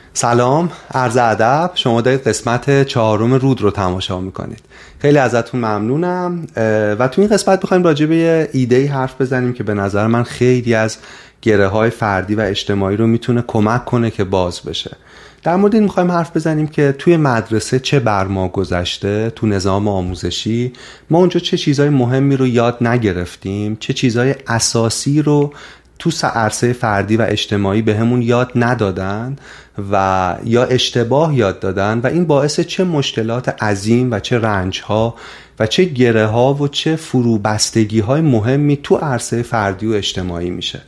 سلام، عرض ادب. شما دارید قسمت 4 رود رو تماشا میکنید. خیلی ازتون ممنونم و تو این قسمت میخوایم راجع به یه ایده‌ای حرف بزنیم که به نظر من خیلی از گره‌های فردی و اجتماعی رو میتونه کمک کنه که باز بشه. در مورد این میخوایم حرف بزنیم که توی مدرسه چه بر ما گذشته، تو نظام آموزشی ما اونجا چه چیزای مهمی رو یاد نگرفتیم، چه چیزای اساسی رو تو عرصه فردی و اجتماعی به همون یاد ندادن و یا اشتباه یاد دادن و این باعث چه مشکلات عظیم و چه رنج‌ها و چه گره‌ها و چه فروبستگی‌های مهمی تو عرصه فردی و اجتماعی میشه.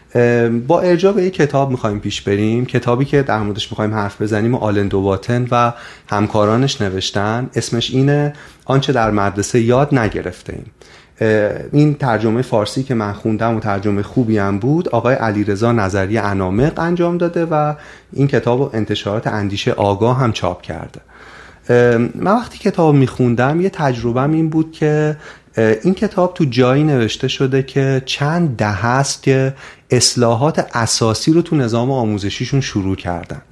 با ارجاع به یک کتاب میخوایم پیش بریم، کتابی که در موردش میخوایم حرف بزنیم آلن دوباتن و همکارانش نوشتن. اسمش اینه آنچه در مدرسه یاد نگرفته‌ایم. این ترجمه فارسی که من خوندم و ترجمه خوبی هم بود، آقای علیرضا نظری انامق انجام داده و این کتاب انتشارات اندیشه آگاه هم چاپ کرده. من وقتی کتاب میخوندم یه تجربه‌م این بود که این کتاب تو جایی نوشته شده که چند دهه است که اصلاحات اساسی رو تو نظام آموزشیشون شروع کردن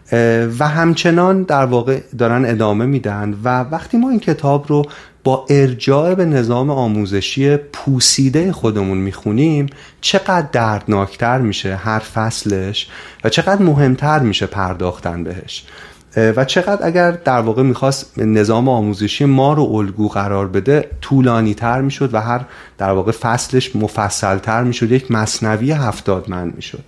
و همچنان در واقع دارن ادامه میدن و وقتی ما این کتاب رو با ارجاع به نظام آموزشی پوسیده خودمون میخونیم چقدر دردناکتر میشه هر فصلش و چقدر مهمتر میشه پرداختن بهش و چقدر اگر در واقع میخواست نظام آموزشی ما رو الگو قرار بده طولانی تر میشد و هر در واقع فصلش مفصل تر میشد، یک مثنوی 70 من میشد.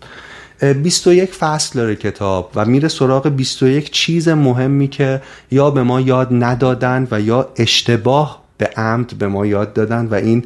21 فصل داره کتاب و میره سراغ 21 چیز مهمی که یا به ما یاد ندادن و یا اشتباه به عمد به ما یاد دادن و این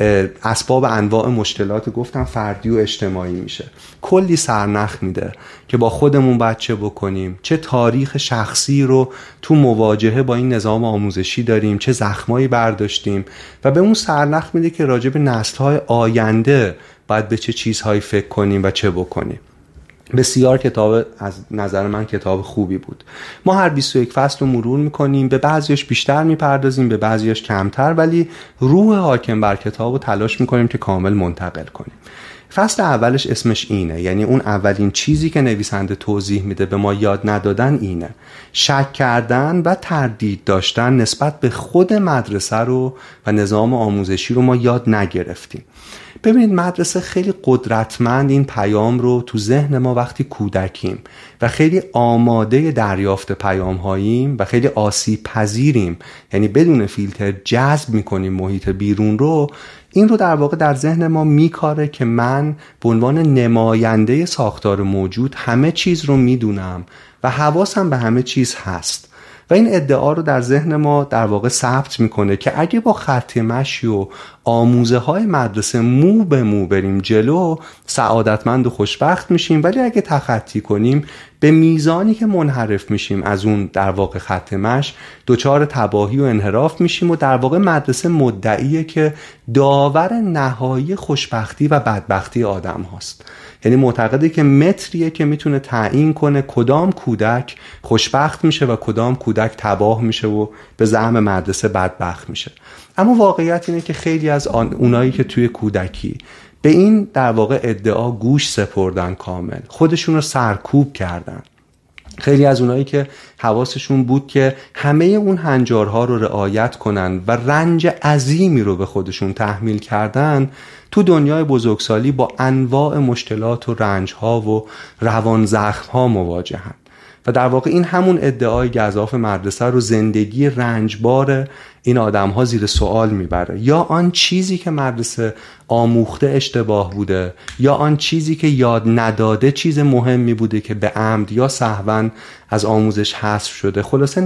اسباب انواع مشکلات گفتم فردی و اجتماعی میشه. کلی سرنخ میده که با خودمون باید چه بکنیم، چه تاریخ شخصی رو تو مواجهه با این نظام آموزشی داریم، چه زخمایی برداشتیم و به اون سرنخ میده که راجع به نسل‌های آینده باید به چه چیزهایی فکر کنیم و چه بکنیم. بسیار کتاب از نظر من کتاب خوبی بود. ما هر 21 فصل رو مرور میکنیم، به بعضیش بیشتر میپردازیم به بعضیش کمتر، ولی روح حاکم بر کتاب رو تلاش میکنیم که کامل منتقل کنیم. فصل اولش اسمش اینه، یعنی اون اولین چیزی که نویسنده توضیح میده به ما یاد ندادن اینه: شک کردن و تردید داشتن نسبت به خود مدرسه رو و نظام آموزشی رو ما یاد نگرفتیم. ببینید مدرسه خیلی قدرتمند این پیام رو تو ذهن ما وقتی کودکیم و خیلی آماده دریافت پیام هاییم و خیلی آسیب پذیریم، یعنی بدون فیلتر جذب میکنیم محیط بیرون رو، این رو در واقع در ذهن ما میکاره که من به عنوان نماینده ساختار موجود همه چیز رو میدونم و حواسم به همه چیز هست و این ادعا رو در ذهن ما در واقع ثبت میکنه که اگه با خط مشی و آموزه های مدرسه مو به مو بریم جلو سعادتمند و خوشبخت میشیم، ولی اگه تخطی کنیم به میزانی که منحرف میشیم از اون در واقع خط مش دچار تباهی و انحراف میشیم و در واقع مدرسه مدعیه که داور نهایی خوشبختی و بدبختی آدم هاست. یعنی معتقده که متریه که میتونه تعیین کنه کدام کودک خوشبخت میشه و کدام کودک تباه میشه و به زعم مدرسه بدبخت میشه. اما واقعیت اینه که خیلی از اونایی که توی کودکی به این در واقع ادعا گوش سپردن، کامل خودشون رو سرکوب کردن، خیلی از اونایی که حواسشون بود که همه اون هنجارها رو رعایت کنن و رنج عظیمی رو به خودشون تحمیل کردن، تو دنیای بزرگسالی با انواع مشکلات و رنجها و روان زخمها مواجهن و در واقع این همون ادعای گزاف مدرسه رو، زندگی رنجبار این آدم‌ها زیر سوال میبره. یا آن چیزی که مدرسه آموخته اشتباه بوده، یا آن چیزی که یاد نداده چیز مهمی بوده که به عمد یا سهواً از آموزش حذف شده. خلاصه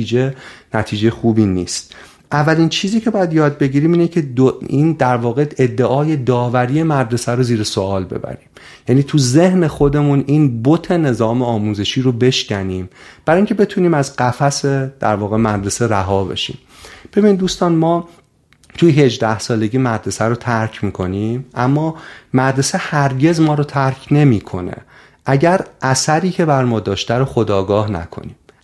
نتیجه خوبی نیست. اولین چیزی که باید یاد بگیریم اینه که این در واقع ادعای داوری مدرسه رو زیر سوال ببریم، یعنی تو ذهن خودمون این بت نظام آموزشی رو بشکنیم برای اینکه بتونیم از قفس در واقع مدرسه رها بشیم. ببین دوستان، ما توی 18 سالگی مدرسه رو ترک میکنیم، اما مدرسه هرگز ما رو ترک نمیکنه اگر اثری که بر ما داشته رو خودآگاه نکنیم.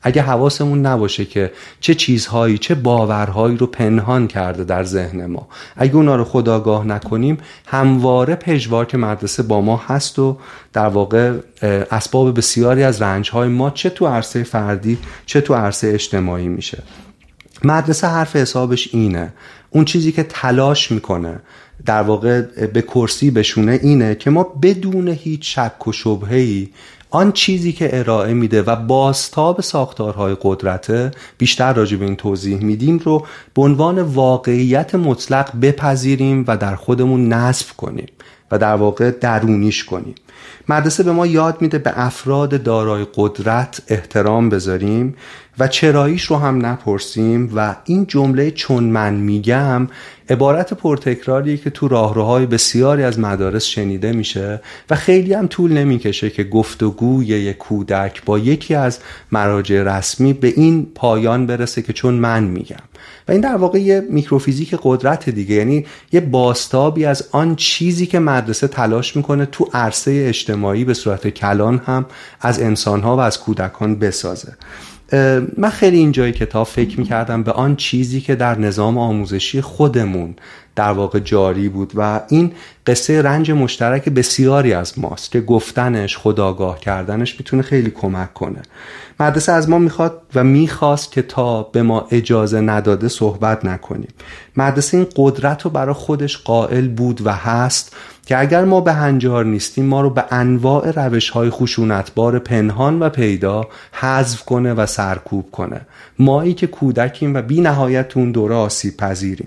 اگه حواسمون نباشه که چه چیزهایی، چه باورهایی رو پنهان کرده در ذهن ما، اگه اونا رو خودآگاه نکنیم، همواره پژواک مدرسه با ما هست و در واقع اسباب بسیاری از رنج‌های ما چه تو عرصه فردی چه تو عرصه اجتماعی میشه. مدرسه حرف حسابش اینه، اون چیزی که تلاش میکنه در واقع به کرسی بشونه اینه که ما بدون هیچ شک و شبهه‌ای آن چیزی که ارائه میده و بازتاب ساختارهای قدرته، بیشتر راجع به این توضیح میدیم، رو به عنوان واقعیت مطلق بپذیریم و در خودمون نصب کنیم و در واقع درونیش کنیم. مدرسه به ما یاد میده به افراد دارای قدرت احترام بذاریم و چراییش رو هم نپرسیم و این جمله چون من میگم عبارت پرتکراریه که تو راهروهای بسیاری از مدارس شنیده میشه و خیلی هم طول نمیکشه که گفتگوی یک کودک با یکی از مراجع رسمی به این پایان برسه که چون من میگم. و این در واقع یه میکروفیزیک قدرت دیگه، یعنی یه بازتابی از آن چیزی که مدرسه تلاش میکنه تو عرصه اجتماعی به صورت کلان هم از انسانها و از کودکان بسازه. من خیلی اینجای کتاب فکر میکردم به آن چیزی که در نظام آموزشی خودمون در واقع جاری بود و این قصه رنج مشترک بسیاری از ماست که گفتنش، خودآگاه کردنش میتونه خیلی کمک کنه. مدرسه از ما میخواد و میخواست که تا به ما اجازه نداده صحبت نکنیم. مدرسه این قدرت رو برای خودش قائل بود و هست که اگر ما به هنجار نیستیم ما رو به انواع روش‌های خشونتبار پنهان و پیدا حذف کنه و سرکوب کنه. مایی که کودکیم و بی نهایت اون دوره آسیب پذیریم.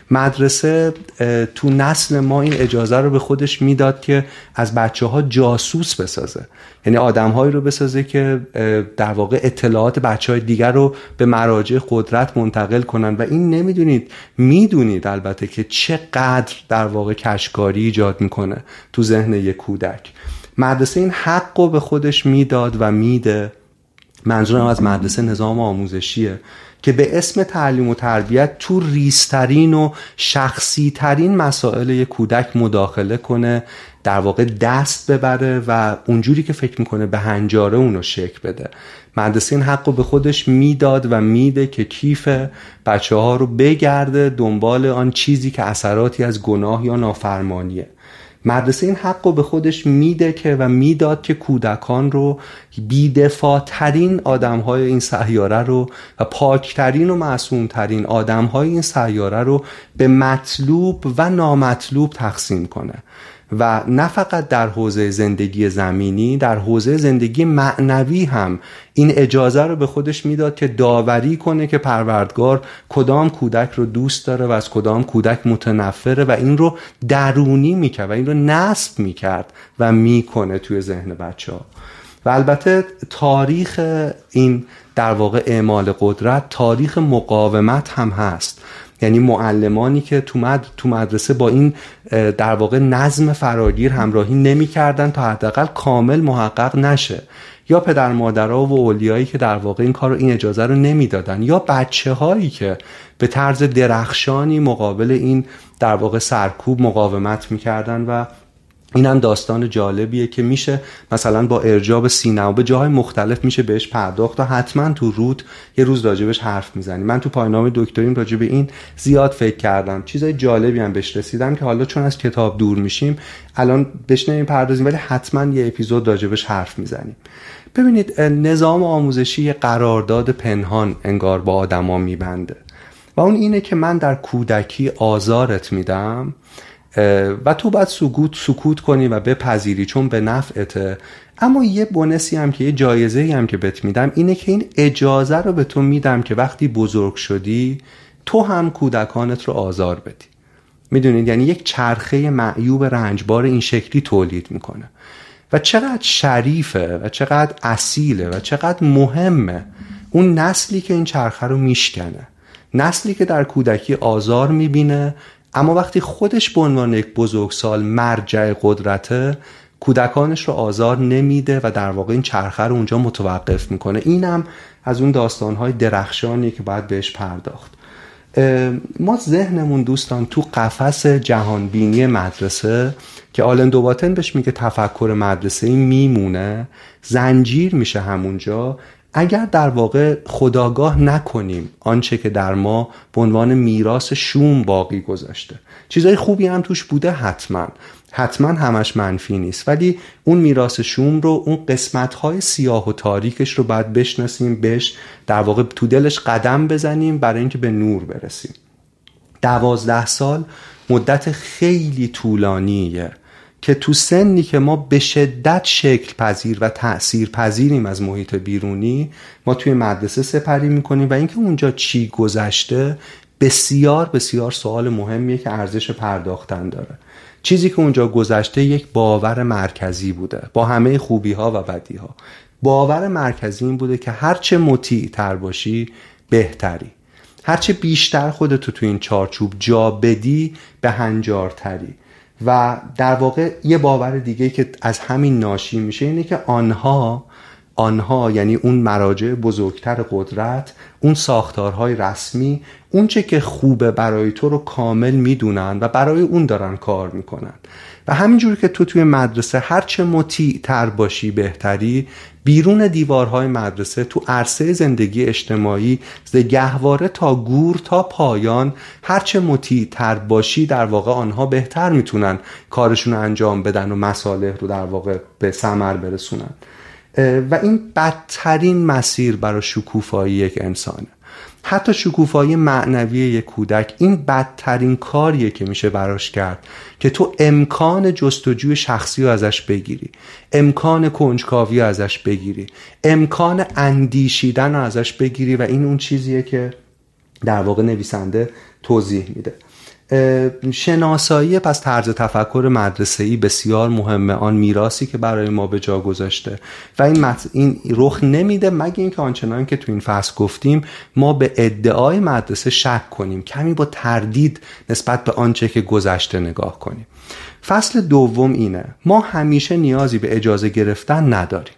مدرسه تو نسل ما این اجازه رو به خودش میداد که از بچه‌ها جاسوس بسازه، یعنی آدم‌هایی رو بسازه که در واقع اطلاعات بچه‌های دیگر رو به مراجع قدرت منتقل کنن و این میدونید البته که چقدر در واقع کشکاری ایجاد میکنه تو ذهن یک کودک. مدرسه این حق رو به خودش میداد و میده. منظورم از مدرسه نظام آموزشیه که به اسم تعلیم و تربیت تو ریزترین و شخصی ترین مسائل یک کودک مداخله کنه، در واقع دست ببره و اونجوری که فکر میکنه به هنجاره اونو شکل بده. مدرسه این حق رو به خودش میداد و میده که کیف بچه ها رو بگرده دنبال آن چیزی که اثراتی از گناه یا نافرمانیه. مدرسه این حق رو به خودش میده که و میداد که کودکان رو، بی‌دفاع‌ترین آدم‌های این سیاره رو و پاکترین و معصوم‌ترین آدم‌های این سیاره رو به مطلوب و نامطلوب تقسیم کنه و نه فقط در حوزه زندگی زمینی، در حوزه زندگی معنوی هم این اجازه رو به خودش میداد که داوری کنه که پروردگار کدام کودک رو دوست داره و از کدام کودک متنفره و این رو درونی میکرد و این رو نصب میکرد و میکنه توی ذهن بچه‌ها. و البته تاریخ این در واقع اعمال قدرت تاریخ مقاومت هم هست، یعنی معلمانی که تو مدرسه با این در واقع نظم فراگیر همراهی نمی کردن تا حداقل کامل محقق نشه، یا پدر مادرها و اولیایی که در واقع این اجازه رو نمی دادن، یا بچه هایی که به طرز درخشانی مقابل این در واقع سرکوب مقاومت می کردن. و این هم داستان جالبیه که میشه مثلا با ارجاع به سینما به جاهای مختلف میشه بهش پرداخت و حتما تو رود یه روز راجبش حرف میزنیم. من تو پایان‌نامه دکتریم راجب به این زیاد فکر کردم، چیزای جالبی هم بهش رسیدم که حالا چون از کتاب دور میشیم الان بهش نمیپردازیم، ولی حتما یه اپیزود راجبش حرف میزنیم. ببینید، نظام آموزشی یه قرارداد پنهان انگار با آدما میبنده و اون اینه که من در کودکی آزارت میدم و تو باید سکوت کنی و بپذیری چون به نفعته، اما یه بونسی هم که یه جایزه‌ای هم که بهت میدم اینه که این اجازه رو به تو میدم که وقتی بزرگ شدی تو هم کودکانت رو آزار بدی. میدونید، یعنی یک چرخه معیوب رنجبار این شکلی تولید میکنه و چقدر شریفه و چقدر اصیله و چقدر مهمه اون نسلی که این چرخه رو میشکنه، نسلی که در کودکی آزار میبینه اما وقتی خودش به عنوان یک بزرگسال مرجع قدرته کودکانش رو آزار نمیده و در واقع این چرخه رو اونجا متوقف میکنه. اینم از اون داستانهای درخشانی که باید بهش پرداخت. ما ذهنمون دوستان تو قفس جهانبینی مدرسه که آلن دوباتن بهش میگه تفکر مدرسه‌ای میمونه، زنجیر میشه همونجا، اگر در واقع خودآگاه نکنیم آنچه که در ما به عنوان میراث شوم باقی گذاشته، چیزای خوبی هم توش بوده حتما همش منفی نیست، ولی اون میراث شوم رو، اون قسمت‌های سیاه و تاریکش رو باید بشناسیم، بهش در واقع تو دلش قدم بزنیم برای اینکه به نور برسیم. 12 سال مدت خیلی طولانیه که تو سنی که ما به شدت شکل پذیر و تأثیر پذیریم از محیط بیرونی، ما توی مدرسه سپری میکنیم و اینکه اونجا چی گذشته بسیار بسیار سوال مهمیه که ارزش پرداختن داره. چیزی که اونجا گذشته یک باور مرکزی بوده با همه خوبی ها و بدی ها. باور مرکزی این بوده که هرچه مطیع تر باشی بهتری، هرچه بیشتر خودتو تو این چارچوب جا بدی به هنجارتری. و در واقع یه باور دیگه که از همین ناشی میشه اینه که آنها یعنی اون مراجع بزرگتر قدرت، اون ساختارهای رسمی، اون چه که خوبه برای تو رو کامل میدونن و برای اون دارن کار میکنن. و همینجور که تو توی مدرسه هرچه مطیع تر باشی بهتری، بیرون دیوارهای مدرسه تو عرصه زندگی اجتماعی ز گهواره تا گور تا پایان هرچه مطیع تر باشی در واقع آنها بهتر میتونن کارشون رو انجام بدن و مصالح رو در واقع به ثمر برسونن. و این بدترین مسیر برای شکوفایی یک انسانه. حتی شکوفایی معنوی یک کودک این بدترین کاریه که میشه براش کرد که تو امکان جستجوی شخصی رو ازش بگیری، امکان کنجکاوی رو ازش بگیری، امکان اندیشیدن رو ازش بگیری. و این اون چیزیه که در واقع نویسنده توضیح میده. شناسایی پس طرز تفکر مدرسه‌ای بسیار مهمه، آن میراثی که برای ما به جا گذاشته. و این رخ نمیده مگه اینکه آنچنان که تو این فصل گفتیم ما به ادعای مدرسه شک کنیم، کمی با تردید نسبت به آنچه که گذشته نگاه کنیم. فصل دوم اینه: ما همیشه نیازی به اجازه گرفتن نداریم.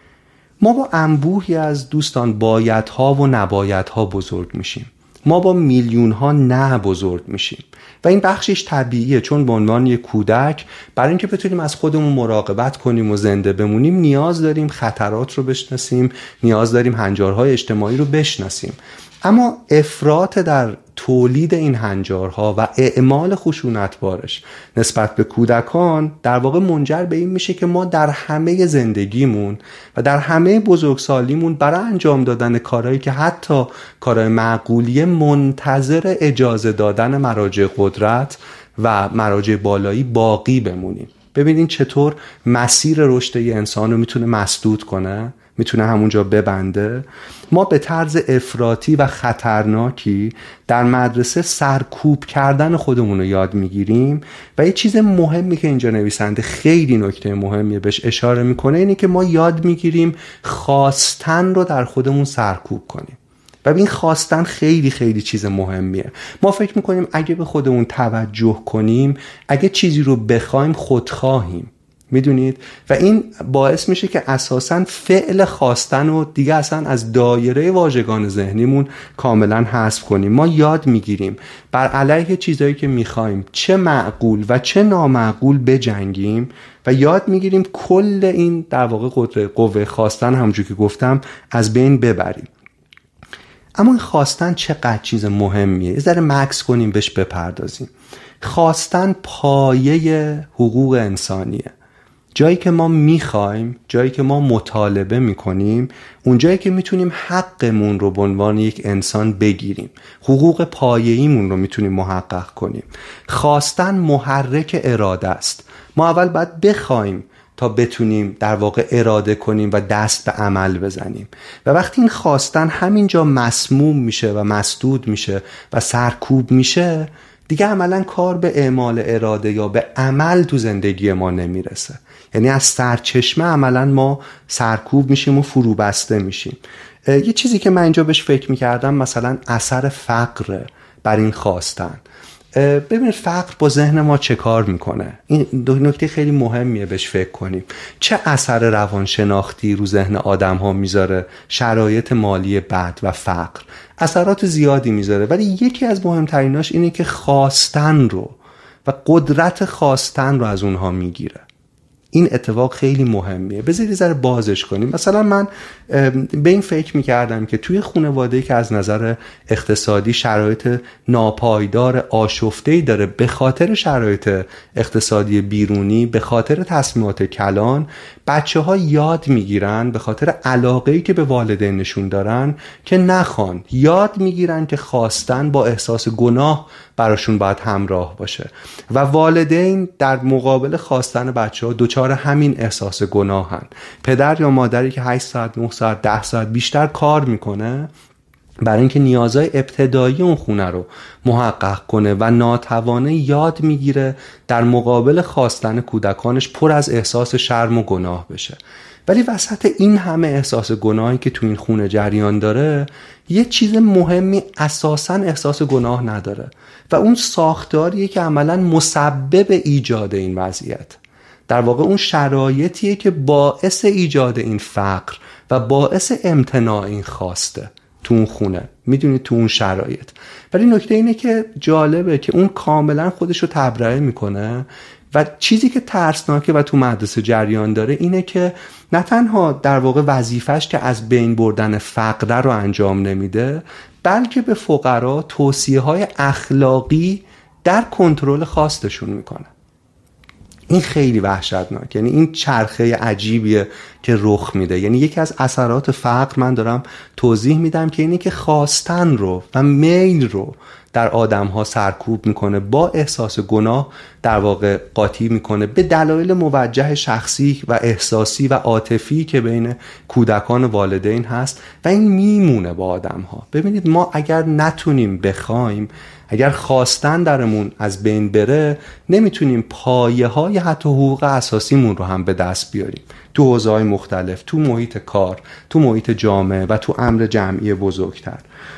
ما با انبوهی از دوستان بایدها و نبایدها بزرگ میشیم. ما با میلیون ها نه بزرگ میشیم و این بخشش طبیعیه، چون به عنوان یک کودک برای اینکه بتونیم از خودمون مراقبت کنیم و زنده بمونیم نیاز داریم خطرات رو بشناسیم، نیاز داریم هنجارهای اجتماعی رو بشناسیم. اما افراط در تولید این هنجارها و اعمال خشونتبارش نسبت به کودکان در واقع منجر به این میشه که ما در همه زندگیمون و در همه بزرگسالیمون برای انجام دادن کارهایی که حتی کارهای معقولیه منتظر اجازه دادن مراجع قدرت و مراجع بالایی باقی بمونیم. ببینین چطور مسیر رشد یه انسان رو میتونه مسدود کنه، میتونه همونجا ببنده. ما به طرز افراطی و خطرناکی در مدرسه سرکوب کردن خودمون رو یاد میگیریم و یه چیز مهمی که اینجا نویسنده خیلی نکته مهمیه بهش اشاره میکنه اینه که ما یاد میگیریم خواستن رو در خودمون سرکوب کنیم. و این خواستن خیلی خیلی چیز مهمیه. ما فکر میکنیم اگه به خودمون توجه کنیم، اگه چیزی رو بخوایم خودخواهیم، میدونید؟ و این باعث میشه که اساساً فعل خواستن رو دیگه اصلا از دایره واژگان ذهنیمون کاملا حذف کنیم. ما یاد میگیریم بر علیه چیزایی که میخوایم چه معقول و چه نامعقول بجنگیم و یاد میگیریم کل این در واقع قوه خواستن همونجور که گفتم از بین ببریم. اما این خواستن چقدر چیز مهمیه، یه ذره مکس کنیم بهش بپردازیم. خواستن پایه حقوق انسانیه. جایی که ما میخوایم، جایی که ما مطالبه میکنیم، اون جایی که میتونیم حقمون رو به عنوان یک انسان بگیریم، حقوق پایه‌ایمون رو میتونیم محقق کنیم. خواستن محرک اراده است. ما اول باید بخوایم تا بتونیم در واقع اراده کنیم و دست به عمل بزنیم. و وقتی این خواستن همینجا مسموم میشه و مسدود میشه و سرکوب میشه، دیگه عملا کار به اعمال اراده یا به عمل تو زندگی ما نمیرسه. یعنی از سرچشمه عملا ما سرکوب میشیم و فرو بسته میشیم. یه چیزی که من اینجا بهش فکر میکردم مثلا اثر فقر بر این خواستن. ببین فقر با ذهن ما چه کار میکنه؟ این دو نکته خیلی مهمیه بهش فکر کنیم. چه اثر روانشناختی رو ذهن آدم ها میذاره شرایط مالی بد و فقر؟ اثرات زیادی میذاره، ولی یکی از مهمتریناش اینه که خواستن رو و قدرت خواستن رو از اونها میگیره. این اتفاق خیلی مهمیه. بذارید یه ذره بازش کنیم. مثلا من به این فکر میکردم که توی خانواده‌ای که از نظر اقتصادی شرایط ناپایدار آشفته‌ای داره به خاطر شرایط اقتصادی بیرونی، به خاطر تصمیمات کلان، بچه‌ها یاد میگیرن به خاطر علاقه‌ای که به والدین نشون دارن که نخوان، یاد میگیرن که خواستن با احساس گناه براشون باید همراه باشه و والدین در مقابل خواستن بچه‌ها دوچار همین احساس گناهن. پدر یا مادری که 8 ساعت 9 ساعت 10 ساعت بیشتر کار میکنه برای اینکه نیازهای ابتدایی اون خونه رو محقق کنه و ناتوانه یاد میگیره در مقابل خواستن کودکانش پر از احساس شرم و گناه بشه. ولی وسط این همه احساس گناهی که تو این خونه جریان داره، یه چیز مهمی اساساً احساس گناه نداره و اون ساختاریه که عملاً مسبب ایجاد این وضعیت، در واقع اون شرایطیه که باعث ایجاد این فقر و باعث امتناع این خواسته تو اون خونه، میدونید تو اون شرایط. ولی نکته اینه که جالبه که اون کاملا خودش رو تبرئه میکنه و چیزی که ترسناکه و تو مدرسه جریان داره اینه که نه تنها در واقع وظیفش که از بین بردن فقر رو انجام نمیده، بلکه به فقرا توصیه‌های اخلاقی در کنترل خواستشون میکنه. این خیلی وحشتناک، یعنی این چرخه عجیبیه که رخ میده. یعنی یکی از اثرات فقر من دارم توضیح میدم که اینه که خواستن رو و میل رو در آدم‌ها سرکوب میکنه، با احساس گناه در واقع قاطی میکنه به دلایل موجه شخصی و احساسی و عاطفی که بین کودکان و والدین هست و این میمونه با آدم‌ها. ببینید ما اگر نتونیم بخوایم، اگر خواستن درمون از بین بره، نمیتونیم پایه‌های حتی حقوق اساسیمون رو هم به دست بیاریم تو حوزه‌های مختلف، تو محیط کار، تو محیط جامعه و تو امر جمعی بزرگتر.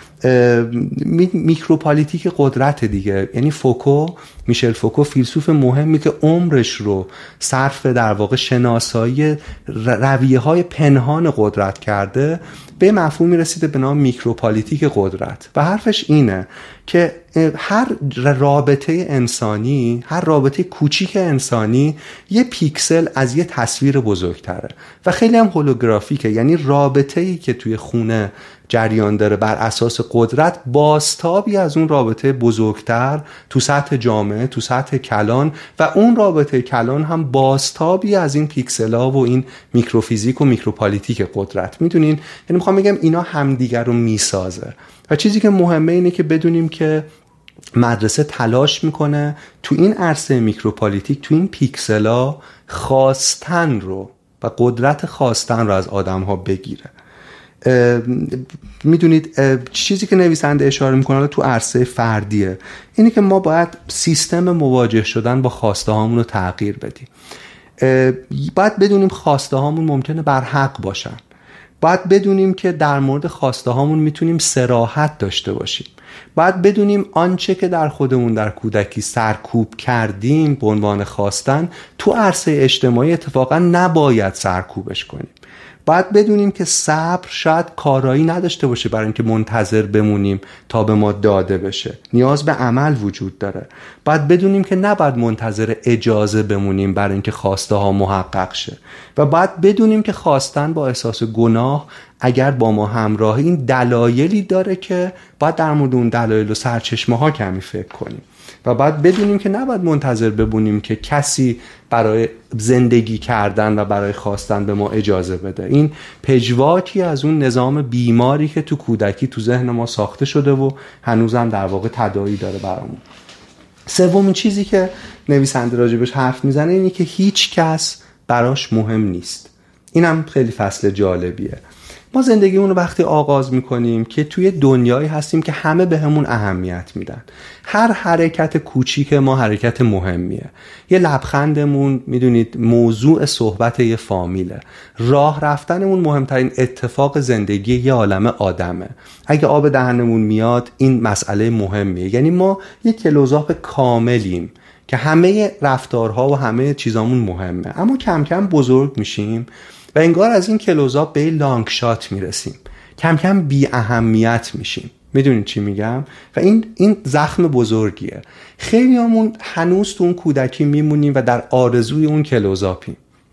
میکروپالیتیک قدرت دیگه، یعنی میشل فوکو فیلسوف مهمی که عمرش رو صرف در واقع شناسایی رویه‌های پنهان قدرت کرده، به مفهومی رسیده به نام میکروپالیتیک قدرت و حرفش اینه که هر رابطه انسانی، هر رابطه کوچیک انسانی یه پیکسل از یه تصویر بزرگتره و خیلی هم هولوگرافیکه. یعنی رابطه‌ای که توی خونه جریان داره بر اساس قدرت بازتابی از اون رابطه بزرگتر تو سطح جامعه، تو سطح کلان، و اون رابطه کلان هم بازتابی از این پیکسل‌ها و این میکروفیزیک و میکروپالیتیک قدرت. میدونین، یعنی میخوام بگم اینا همدیگر رو میسازه و چیزی که مهمه اینه که بدونیم که مدرسه تلاش میکنه تو این عرصه میکروپالیتیک، تو این پیکسلا، خواستن رو و قدرت خواستن رو از آدم ها بگیره. میدونید چیزی که نویسنده اشاره میکنه تو عرصه فردیه، اینه که ما باید سیستم مواجه شدن با خواسته هامون رو تغییر بدیم. باید بدونیم خواسته هامون ممکنه بر حق باشن، باید بدونیم که در مورد خواسته هامون میتونیم صراحت داشته باشیم، باید بدونیم آنچه که در خودمون در کودکی سرکوب کردیم به عنوان خواستن تو عرصه اجتماعی اتفاقا نباید سرکوبش کنیم. باید بدونیم که صبر شاید کارایی نداشته باشه برای اینکه منتظر بمونیم تا به ما داده بشه، نیاز به عمل وجود داره. باید بدونیم که نباید منتظر اجازه بمونیم برای اینکه خواسته ها محقق شه و باید بدونیم که خواستن با احساس گناه اگر با ما همراهی این دلایلی داره که باید در مورد اون دلایل و سرچشمه ها کمی فکر کنیم و باید بدونیم که نباید منتظر بمونیم که کسی برای زندگی کردن و برای خواستن به ما اجازه بده. این پژواکی از اون نظام بیماری که تو کودکی تو ذهن ما ساخته شده و هنوزم در واقع تداعی داره برامون. سومین چیزی که نویسنده راجبش حرف میزنه اینه که هیچ کس براش مهم نیست. اینم خیلی فصل جالبیه. ما زندگیمون رو وقتی آغاز میکنیم که توی دنیایی هستیم که همه به همون اهمیت میدن. هر حرکت کوچیک ما حرکت مهمیه. یه لبخندمون میدونید موضوع صحبت یه فامیله. راه رفتنمون مهمترین اتفاق زندگی یه عالمه آدمه. اگه آب دهنمون میاد این مسئله مهمیه. یعنی ما یه کلوزآپ کاملیم که همه رفتارها و همه چیزامون مهمه. اما کم کم بزرگ میشیم و انگار از این کلوزآپ به لانگ شات میرسیم، کم کم بی اهمیت میشیم. میدونید چی میگم؟ و این زخم بزرگیه. خیلیامون هنوز تو اون کودکی میمونیم و در آرزوی اون کلوزآپیم.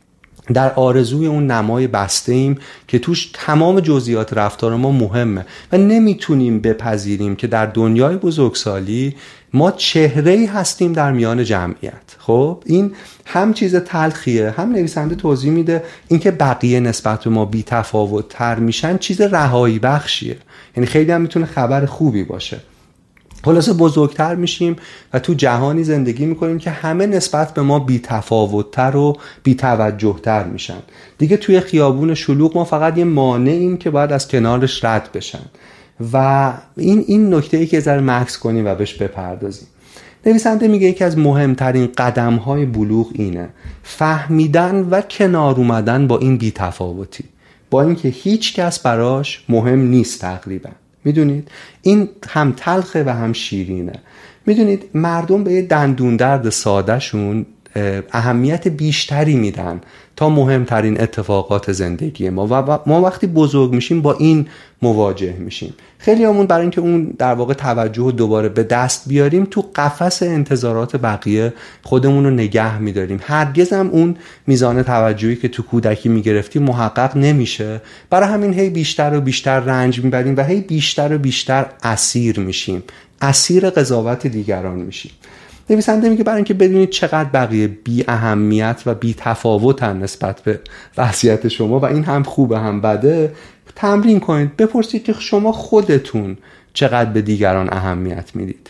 در آرزوی اون نمای بسته ایم که توش تمام جزئیات رفتار ما مهمه و نمیتونیم بپذیریم که در دنیای بزرگسالی ما چهره‌ای هستیم در میان جمعیت. خب این هم چیز تلخیه، هم نویسنده توضیح میده اینکه بقیه نسبت به ما بی‌تفاوت‌تر میشن چیز رهایی بخشیه، یعنی خیلی هم میتونه خبر خوبی باشه. خلاصه بزرگتر میشیم و تو جهانی زندگی میکنیم که همه نسبت به ما بی‌تفاوت‌تر و بی‌توجه‌تر میشن. دیگه توی خیابون شلوغ ما فقط یه مانعیم که باید از کنارش رد بشن و این نکته‌ای که ذره مکث کنیم و بهش بپردازیم. نویسنده میگه یکی از مهمترین قدم‌های بلوغ اینه فهمیدن و کنار اومدن با این بی‌تفاوتی، با اینکه هیچ کس براش مهم نیست تقریبا. میدونید این هم تلخه و هم شیرینه. میدونید مردم به یه دندون درد ساده شون اهمیت بیشتری میدن تا مهمترین اتفاقات زندگی ما و ما وقتی بزرگ میشیم با این مواجه میشیم. خیلی همون برای اینکه اون در واقع توجه رو دوباره به دست بیاریم تو قفس انتظارات بقیه خودمون رو نگه میداریم. هرگز هم اون میزان توجهی که تو کودکی میگرفتیم محقق نمیشه. برای همین هی بیشتر و بیشتر رنج میبریم و هی بیشتر و بیشتر اسیر میشیم، اسیر قضاوت دیگران میشیم. نویسنده میگه برای اینکه بدونید چقدر بقیه بی اهمیت و بی تفاوتن نسبت به وضعیت شما و این هم خوبه هم بده، تمرین کنید، بپرسید که شما خودتون چقدر به دیگران اهمیت میدید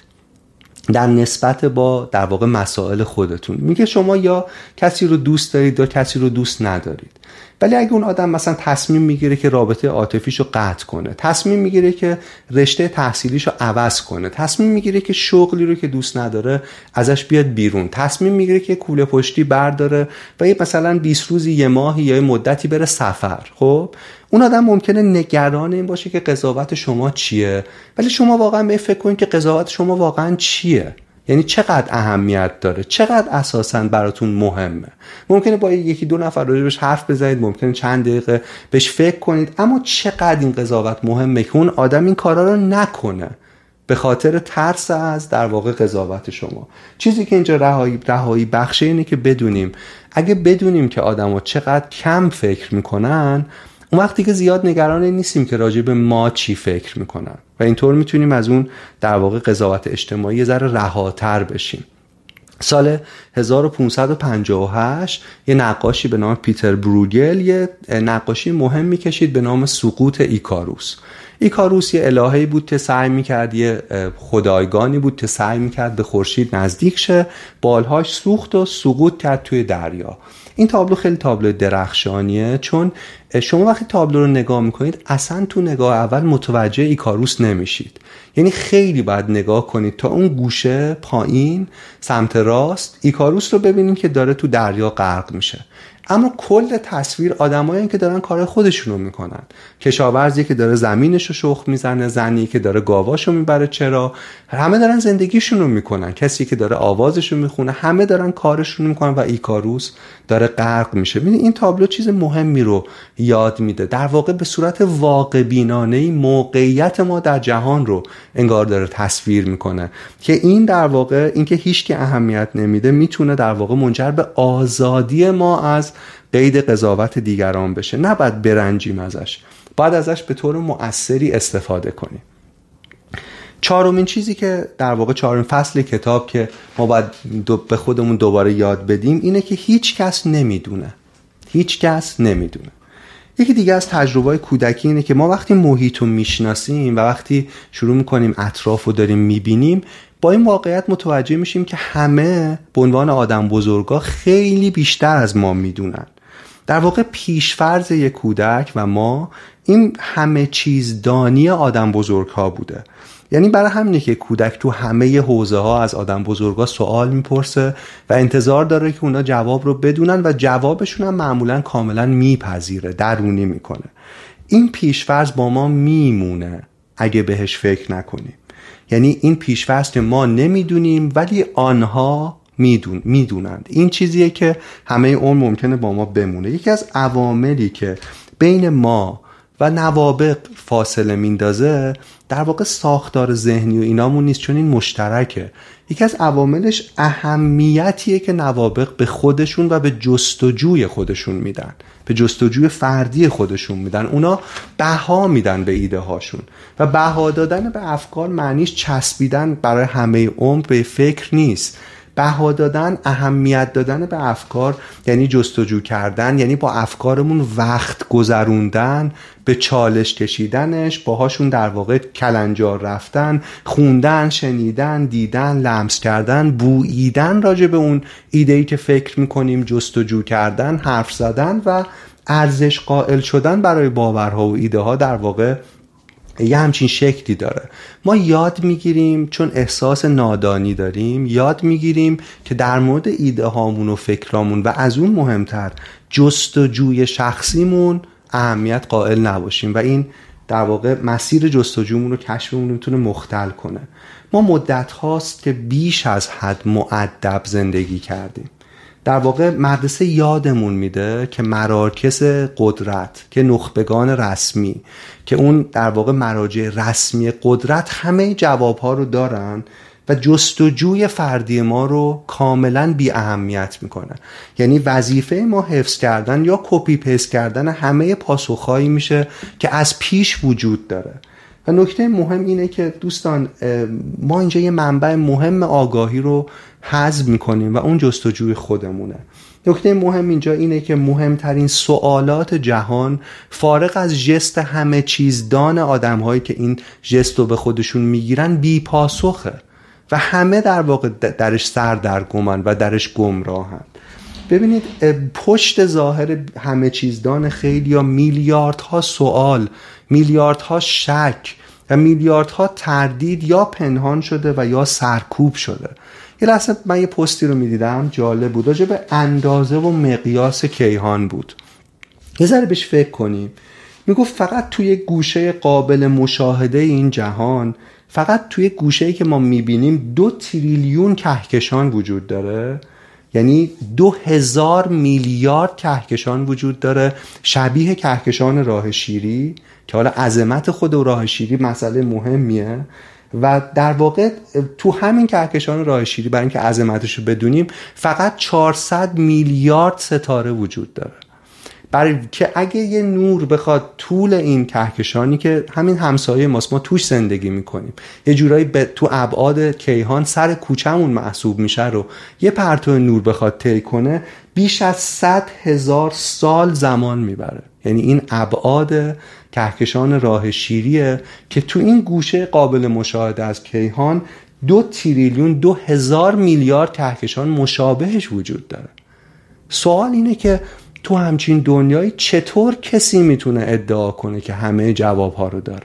در نسبت با در واقع مسائل خودتون. میگه شما یا کسی رو دوست دارید یا کسی رو دوست ندارید، ولی اگه اون آدم مثلا تصمیم میگیره که رابطه عاطفیشو قطع کنه، تصمیم میگیره که رشته تحصیلیشو عوض کنه، تصمیم میگیره که شغلی رو که دوست نداره ازش بیاد بیرون، تصمیم میگیره که کوله پشتی برداره و یه مثلا 20 روزی، یه ماهی یا یه مدتی بره سفر، خب اون آدم ممکنه نگران این باشه که قضاوت شما چیه، ولی شما واقعا به فکر کنید که قضاوت شما واقعا چیه، یعنی چقدر اهمیت داره، چقدر اساساً براتون مهمه. ممکنه با یکی دو نفر راجبش حرف بزنید، ممکنه چند دقیقه بهش فکر کنید، اما چقدر این قضاوت مهمه که اون آدم این کارا رو نکنه به خاطر ترس از در واقع قضاوت شما. چیزی که اینجا رهایی بخشه اینه که بدونیم، اگه بدونیم که آدم‌ها چقدر کم فکر میکنن، اون وقتی که زیاد نگران نیستیم که راجع به ما چی فکر میکنن و اینطور میتونیم از اون در واقع قضاوت اجتماعی یه ذره رهاتر بشیم. سال 1558 یه نقاشی به نام پیتر بروگل یه نقاشی مهمی کشید به نام سقوط ایکاروس. ایکاروس یه الهه‌ای بود که سعی میکرد، یه خدایگانی بود که سعی میکرد به خورشید نزدیک شه، بالهاش سوخت و سقوط کرد توی دریا. این تابلو خیلی تابلو درخشانیه، چون شما وقتی تابلو رو نگاه میکنید اصلا تو نگاه اول متوجه ایکاروس نمیشید، یعنی خیلی باید نگاه کنید تا اون گوشه پایین سمت راست ایکاروس رو ببینید که داره تو دریا غرق میشه. اما کل تصویر آدمایی که دارن کار خودشونو میکنن، کشاورزی که داره زمینش رو شخم میزنه، زنی که داره گاواشو میبره، چرا همه دارن زندگیشونو میکنن، کسی که داره آوازشو میخونه، همه دارن کارشونو میکنن و ایکاروس داره غرق میشه. ببین این تابلو چیز مهمی رو یاد میده، در واقع به صورت واقع بینانه‌ای موقعیت ما در جهان رو انگار داره تصویر میکنه که این در واقع اینکه هیچ کی اهمیت نمیده میتونه در واقع منجر به آزادی ما از قید قضاوت دیگران بشه. نباید برنجیم ازش، باید ازش به طور مؤثری استفاده کنیم. چهارمین چیزی که در واقع چهارمین فصل کتاب که ما باید به خودمون دوباره یاد بدیم اینه که هیچ کس نمیدونه. یکی دیگه از تجربه‌های کودکی اینه که ما وقتی محیط رو میشناسیم و وقتی شروع میکنیم اطراف رو داریم میبینیم، با این واقعیت متوجه میشیم که همه به عنوان آدم بزرگا خیلی بیشتر از ما میدونن. در واقع پیشفرض یک کودک و ما این همه چیز دانی آدم بزرگها بوده. یعنی برای همینه که کودک تو همه حوزه ها از آدم بزرگا سوال میپرسه و انتظار داره که اونا جواب رو بدونن و جوابشون هم معمولا کاملا میپذیره، درونی میکنه. این پیشفرض با ما میمونه اگه بهش فکر نکنیم. یعنی این پیشفرض که ما نمیدونیم ولی آنها میدونند، این چیزیه که همه عمر ممکنه با ما بمونه. یکی از عواملی که بین ما و نوابغ فاصله میندازه در واقع ساختار ذهنی و اینامون نیست، چون این مشترکه. یکی از عواملش اهمیتیه که نوابغ به خودشون و به جستجوی خودشون میدن، به جستجوی فردی خودشون میدن. اونا بها میدن به ایده هاشون و بها دادن به افکار معنیش چسبیدن برای همه عمر به فکر نیست. بها دادن، اهمیت دادن به افکار یعنی جستجو کردن، یعنی با افکارمون وقت گذروندن، به چالش کشیدنش، باهاشون در واقع کلنجار رفتن، خوندن، شنیدن، دیدن، لمس کردن، بوییدن راجع به اون ایده‌ای که فکر میکنیم، جستجو کردن، حرف زدن و ارزش قائل شدن برای باورها و ایده ها در واقع یه همچین شکلی داره. ما یاد میگیریم چون احساس نادانی داریم، یاد میگیریم که در مورد ایده هامون و فکرامون و از اون مهمتر جستجوی شخصیمون اهمیت قائل نباشیم و این در واقع مسیر جستجومون رو کشفمون رو میتونه مختل کنه. ما مدت هاست که بیش از حد مؤدب زندگی کردیم. در واقع مدرسه یادمون میده که مراکز قدرت، که نخبگان رسمی، که اون در واقع مراجع رسمی قدرت همه جوابها رو دارن و جستجوی فردی ما رو کاملا بی اهمیت میکنه. یعنی وظیفه ما حفظ کردن یا کپی پیست کردن همه پاسخهایی میشه که از پیش وجود داره. و نکته مهم اینه که دوستان ما اینجا یه منبع مهم آگاهی رو حذف میکنیم و اون جستجوی خودمونه. نکته مهم اینجا اینه که مهمترین سوالات جهان فارغ از ژست همه چیزدان آدم‌هایی که این ژست رو به خودشون میگیرن بی پاسخه و همه در واقع درش سردرگمن و درش گمراهن. ببینید پشت ظاهر همه چیزدان خیلی یا میلیاردها سوال، میلیاردها شک و میلیاردها تردید یا پنهان شده و یا سرکوب شده. یه لحظه من یه پستی رو میدیدم جالب بود، راجع به اندازه و مقیاس کیهان بود. یه ذره بهش فکر کنیم. میگفت فقط توی گوشه قابل مشاهده این جهان، فقط توی گوشه‌ای که ما میبینیم 2 تریلیون کهکشان وجود داره. یعنی 2000 میلیارد کهکشان وجود داره شبیه کهکشان راه شیری، که حالا عظمت خود راه شیری مسئله مهمیه و در واقع تو همین کهکشان راه شیری برای اینکه عظمتش رو بدونیم فقط 400 میلیارد ستاره وجود داره. برای که اگه یه نور بخواد طول این کهکشانی که همین همسایه ماست، ما توش زندگی میکنیم، یه جورایی تو ابعاد کیهان سر کوچمون محسوب میشه رو یه پرتو نور بخواد طی کنه بیش از 100,000 سال زمان میبره. یعنی این ابعاد کهکشان راه شیریه که تو این گوشه قابل مشاهده از کیهان 2 تریلیون 2000 میلیارد کهکشان مشابهش وجود داره. سوال اینه که تو همچین دنیایی چطور کسی میتونه ادعا کنه که همه جوابها رو داره؟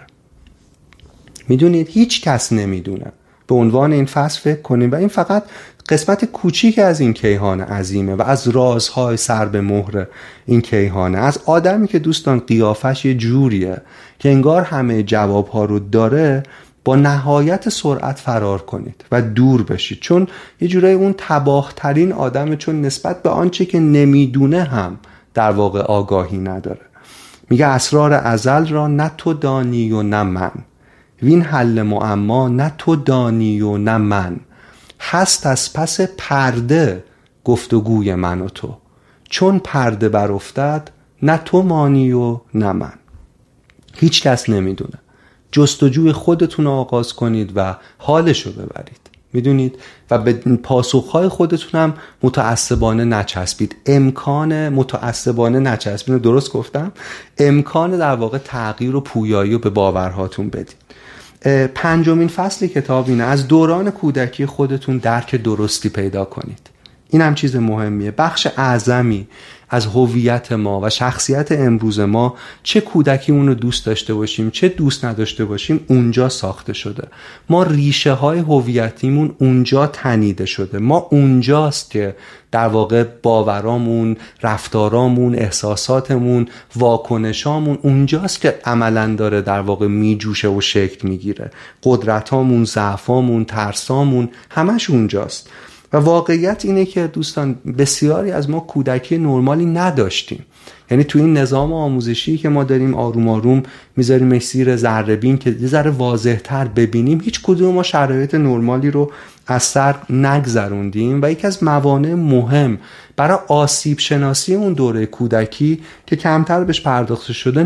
میدونید هیچ کس نمیدونه. به عنوان این فصل فکر کنیم و این فقط قسمت کوچیک از این کیهان عظیمه و از رازهای سر به مهر این کیهانه. از آدمی که دوستان قیافش یه جوریه که انگار همه جوابها رو داره، با نهایت سرعت فرار کنید و دور بشید، چون یه جورایی اون تباه ترین آدمه، چون نسبت به آنچه که نمیدونه هم در واقع آگاهی نداره. میگه اسرار ازل را نه تو دانی و نه من، وین حل معما نه تو دانی و نه من، هست از پس پرده گفتگوی من و تو، چون پرده بر افتد نه تو مانی و نه من. هیچ کس نمیدونه. جستجوی خودتون رو آغاز کنید و حالشو ببرید، میدونید، و به پاسخهای خودتون هم متعصبانه نچسبید. امکان متعصبانه نچسبید، درست گفتم؟ امکان در واقع تغییر و پویایی رو به باورهاتون بدید. 5مین فصل کتاب اینه: از دوران کودکی خودتون درک درستی پیدا کنید. این هم چیز مهمیه. بخش اعظمی از هویت ما و شخصیت امروز ما، چه کودکی اون رو دوست داشته باشیم چه دوست نداشته باشیم، اونجا ساخته شده. ما ریشه های هویتیمون اونجا تنیده شده. ما اونجاست که در واقع باورامون، رفتارامون، احساساتمون، واکنشامون اونجاست که عملاً داره در واقع میجوشه و شکل میگیره. قدرتامون، ضعفامون، ترسامون، همش اونجاست. و واقعیت اینه که دوستان بسیاری از ما کودکی نرمالی نداشتیم. یعنی تو این نظام آموزشی که ما داریم آروم آروم میذاریمش زیر ذره بین که یه ذره واضح‌تر ببینیم، هیچ کدوم ما شرایط نرمالی رو از سر نگذروندیم و یکی از موانع مهم برای آسیب شناسی اون دوره کودکی که کمتر بهش پرداخته شده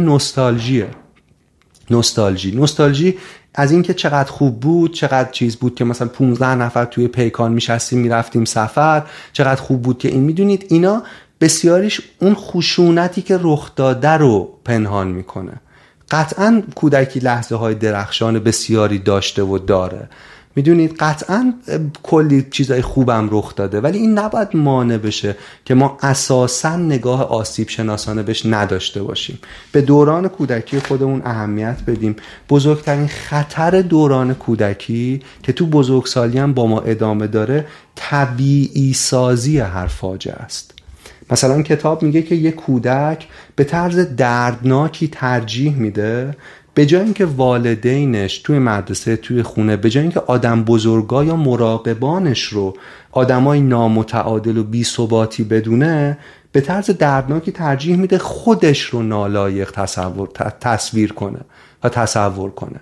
نوستالژی از این که چقدر خوب بود، چقدر چیز بود که مثلا 15 نفر توی پیکان میشستیم میرفتیم سفر، چقدر خوب بود که این، میدونید اینا بسیاریش اون خشونتی که رخ داده رو پنهان میکنه. قطعاً کودکی لحظه های درخشان بسیاری داشته و داره، میدونید قطعاً کلی چیزای خوبم رخ داده، ولی این نباید مانع بشه که ما اساساً نگاه آسیب شناسانه بهش نداشته باشیم. به دوران کودکی خودمون اهمیت بدیم. بزرگترین خطر دوران کودکی که تو بزرگسالی هم با ما ادامه داره، طبیعی سازی هر فاجعه است. مثلا کتاب میگه که یک کودک به طرز دردناکی ترجیح میده به جای اینکه والدینش توی مدرسه، توی خونه، به جای اینکه آدم بزرگا یا مراقبانش رو آدمای نامتعادل و بی‌ثباتی بدونه، به طرز دردناکی ترجیح میده خودش رو نالایق تصویر کنه و تصور کنه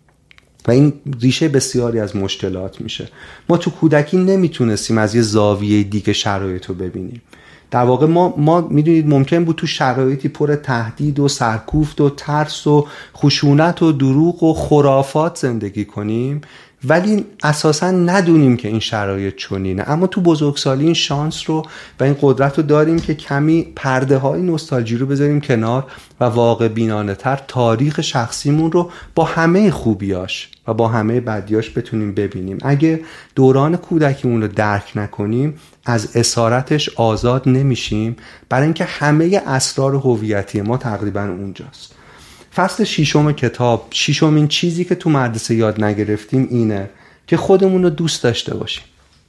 و این ریشه بسیاری از مشکلات میشه. ما تو کودکی نمیتونستیم از یه زاویه دیگه شرایط رو ببینیم. در واقع ما میدونید ممکن بود تو شرایطی پر تهدید و سرکوفت و ترس و خشونت و دروغ و خرافات زندگی کنیم، ولی اساسا ندونیم که این شرایط چنینه. اما تو بزرگسالی این شانس رو و این قدرت رو داریم که کمی پرده های نوستالژی رو بذاریم کنار و واقع بینانه تر تاریخ شخصیمون رو با همه خوبیاش و با همه بدیاش بتونیم ببینیم. اگه دوران کودکیمون رو درک نکنیم، از اسارتش آزاد نمیشیم، برای اینکه همه اسرار هویتی ما تقریبا اونجاست. فصل 6 کتاب، 6مین چیزی که تو مدرسه یاد نگرفتیم اینه که خودمون رو دوست داشته باشیم.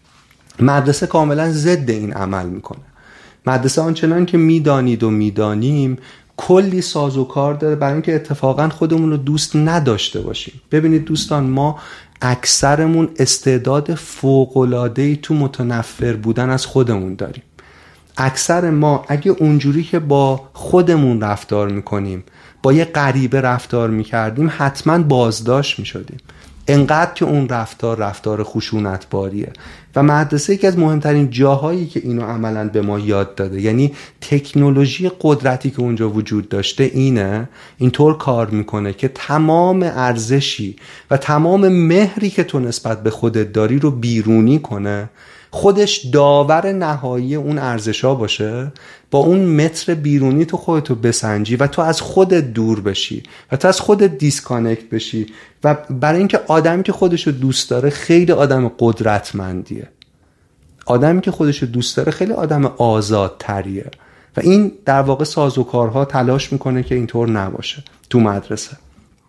مدرسه کاملا ضد این عمل میکنه. مدرسه آنچنان که میدانید و میدانیم کلی ساز و کار داره برای اینکه اتفاقا خودمون رو دوست نداشته باشیم. ببینید دوستان، ما اکثرمون استعداد فوق‌العاده‌ای تو متنفر بودن از خودمون داریم. اکثر ما اگه اونجوری که با خودمون رفتار میکنیم با یه غریبه رفتار میکردیم، حتما بازداشت میشدیم. انقدر که اون رفتار خشونتباریه و مدرسه یکی از مهمترین جاهایی که اینو عملاً به ما یاد داده. یعنی تکنولوژی قدرتی که اونجا وجود داشته اینطور کار میکنه که تمام ارزشی و تمام مهری که تو نسبت به خودت داری رو بیرونی کنه، خودش داور نهایی اون ارزشا باشه، با اون متر بیرونی تو خودتو بسنجی و تو از خودت دور بشی و تو از خودت دیسکانکت بشی. و برای اینکه آدمی که خودشو دوست داره خیلی آدم قدرتمندیه، آدمی که خودشو دوست داره خیلی آدم آزادتریه و این در واقع سازوکارها تلاش میکنه که اینطور نباشه تو مدرسه.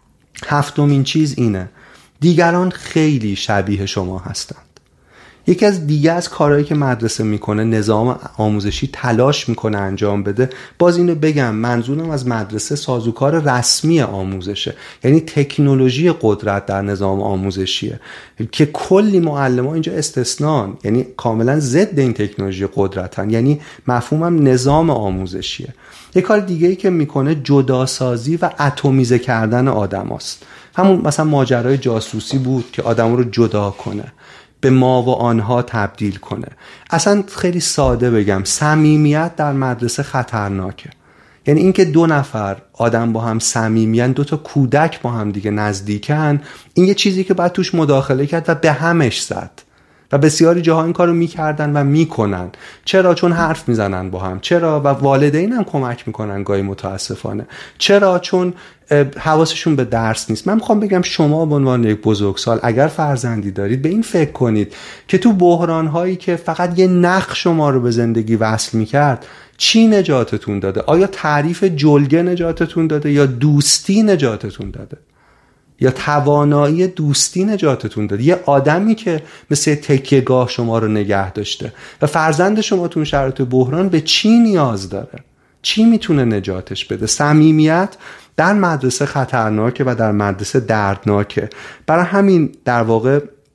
7مین چیز اینه: دیگران خیلی شبیه شما هستن. یکی از دیگه از کارهایی که مدرسه میکنه، نظام آموزشی تلاش میکنه انجام بده، باز اینو بگم منظورم از مدرسه سازوکار رسمی آموزشه، یعنی تکنولوژی قدرت در نظام آموزشیه که کلی معلم‌ها اینجا استثنان، یعنی کاملا ضد این تکنولوژی قدرتن، یعنی مفهومم نظام آموزشیه. یک کار دیگه‌ای که میکنه جداسازی و اتمیزه کردن آدماست. همون مثلا ماجرای جاسوسی بود که آدم رو جدا کنه، به ما و آنها تبدیل کنه. اصلا خیلی ساده بگم، صمیمیت در مدرسه خطرناکه. یعنی اینکه 2 نفر آدم با هم صمیمیان، 2 تا کودک با هم دیگه نزدیکن، این یه چیزی که باید توش مداخله کرد و به همش زد و بسیاری جاها این کارو میکردن و میکنن. چرا؟ چون حرف میزنن با هم. چرا؟ و والدین هم کمک میکنن گاهی متاسفانه. چرا؟ چون حواسشون به درس نیست. من میخوام بگم شما به عنوان یک بزرگسال اگر فرزندی دارید، به این فکر کنید که تو بحران‌هایی که فقط یه نخ شما رو به زندگی وصل میکرد، چی نجاتتون داده؟ آیا تعریف جلگه نجاتتون داده یا دوستی نجاتتون داده؟ یا توانایی دوستی نجاتتون داده؟ یه آدمی که مثل تکیه‌گاه شما رو نگه داشته و فرزند شما تو شرایط بحران به چی نیاز داره؟ چی میتونه نجاتش بده؟ صمیمیت در مدرسه خطرناکه و در مدرسه دردناکه. برای همین در واقع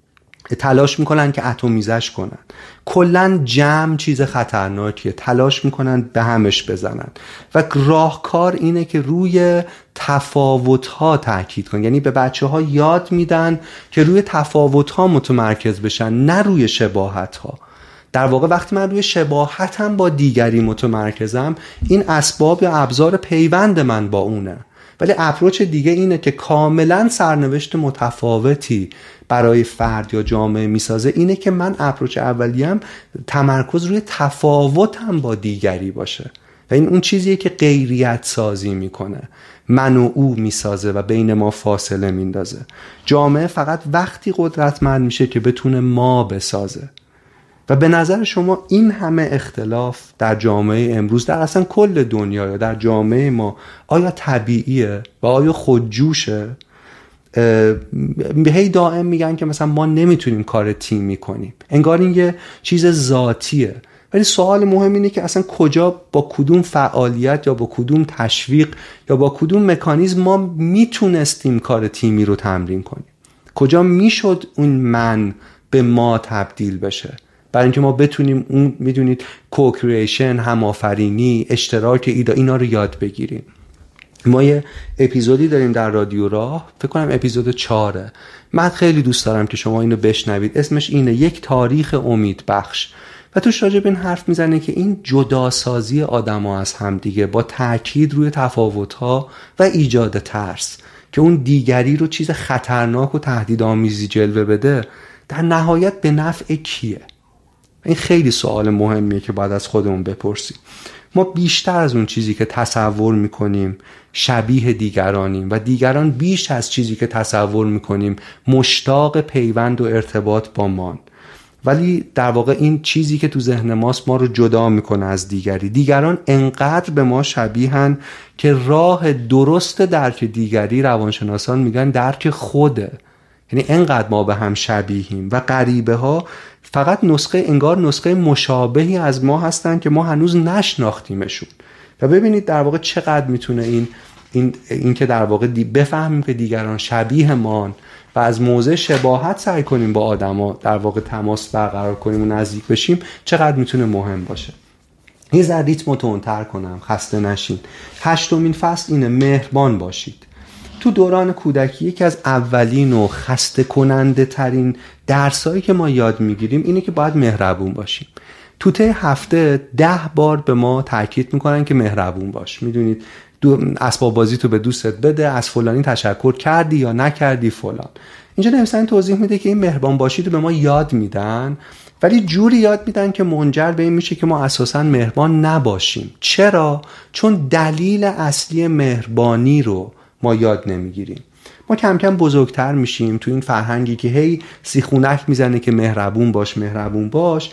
تلاش میکنن که اتمیزش کنن. کلا جمع چیز خطرناکیه، تلاش میکنن به همش بزنن و راهکار اینه که روی تفاوت‌ها تاکید کنن. یعنی به بچه‌ها یاد میدن که روی تفاوت‌ها متمرکز بشن، نه روی شباهت‌ها. در واقع وقتی من روی شباهتم با دیگری متمرکزم، این اسباب یا ابزار پیوند من با اونه. ولی اپروچ دیگه اینه که کاملا سرنوشت متفاوتی برای فرد یا جامعه میسازه. اینه که من اپروچ اولیه‌ام تمرکز روی تفاوتم با دیگری باشه و این اون چیزیه که غیریت سازی میکنه، من و او میسازه و بین ما فاصله میندازه. جامعه فقط وقتی قدرتمند میشه که بتونه ما بسازه. و به نظر شما این همه اختلاف در جامعه امروز، در اصلا کل دنیا یا در جامعه ما، آیا طبیعیه و آیا خودجوشه؟ هی دائم میگن که مثلا ما نمیتونیم کار تیمی کنیم، انگار این یه چیز ذاتیه. ولی سوال مهم اینه که اصلا کجا، با کدوم فعالیت یا با کدوم تشویق یا با کدوم مکانیزم ما میتونستیم کار تیمی رو تمرین کنیم؟ کجا میشد اون من به ما تبدیل بشه برای اینکه ما بتونیم اون، میدونید، کوکریشن، هم‌آفرینی، اشتراک ایده، اینا رو یاد بگیریم. ما یه اپیزودی داریم در رادیو راه، فکر کنم اپیزود 4، من خیلی دوست دارم که شما اینو بشنوید. اسمش اینه، یک تاریخ امید بخش، و توش راجع به این حرف میزنه که این جداسازی آدم‌ها از همدیگه با تاکید روی تفاوت‌ها و ایجاد ترس که اون دیگری رو چیز خطرناک و تهدیدآمیزی جلوه بده، در نهایت به نفع کیه؟ این خیلی سوال مهمیه که باید از خودمون بپرسیم. ما بیشتر از اون چیزی که تصور میکنیم شبیه دیگرانیم و دیگران بیش از چیزی که تصور میکنیم مشتاق پیوند و ارتباط با ما. ولی در واقع این چیزی که تو ذهن ماست ما رو جدا میکنه از دیگری. دیگران انقدر به ما شبیهن که راه درست درک دیگری، روانشناسان میگن، درک خوده. یعنی انقدر ما به هم شبیهیم و غریبه ها فقط انگار نسخه مشابهی از ما هستن که ما هنوز نشناختیمشون. و ببینید در واقع چقدر میتونه این که در واقع بفهمیم که دیگران شبیه مان و از موضع شباهت سعی کنیم با آدما در واقع تماس برقرار کنیم و نزدیک بشیم، چقدر میتونه مهم باشه. یه ذره ریتمو تندتر کنم، خسته نشین. 8مین فصل اینه، مهربان باشید. تو دوران کودکی یکی از اولین و خسته کننده ترین درسایی که ما یاد میگیریم اینه که باید مهربون باشیم. تو طی هفته 10 بار به ما تاکید میکنن که مهربون باش. میدونید، اسباب بازی تو به دوستت بده، از فلانی تشکر کردی یا نکردی فلان. اینجا نویسنده توضیح میده که این مهربان باشید رو به ما یاد میدن، ولی جوری یاد میدن که منجر به این میشه که ما اساساً مهربان نباشیم. چرا؟ چون دلیل اصلی مهربانی رو ما یاد نمیگیریم. ما کم کم بزرگتر میشیم تو این فرهنگی که هی سیخونک میزنه که مهربون باش مهربون باش،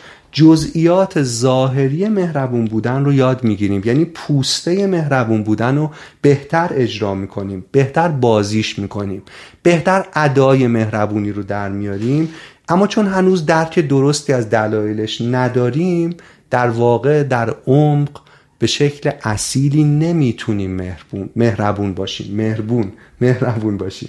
جزئیات ظاهری مهربون بودن رو یاد میگیریم. یعنی پوسته مهربون بودن رو بهتر اجرا میکنیم، بهتر بازیش میکنیم، بهتر ادای مهربونی رو در میاریم. اما چون هنوز درک درستی از دلایلش نداریم، در واقع در عمق به شکل اصیلی نمیتونیم مهربون باشیم. مهربون باشیم.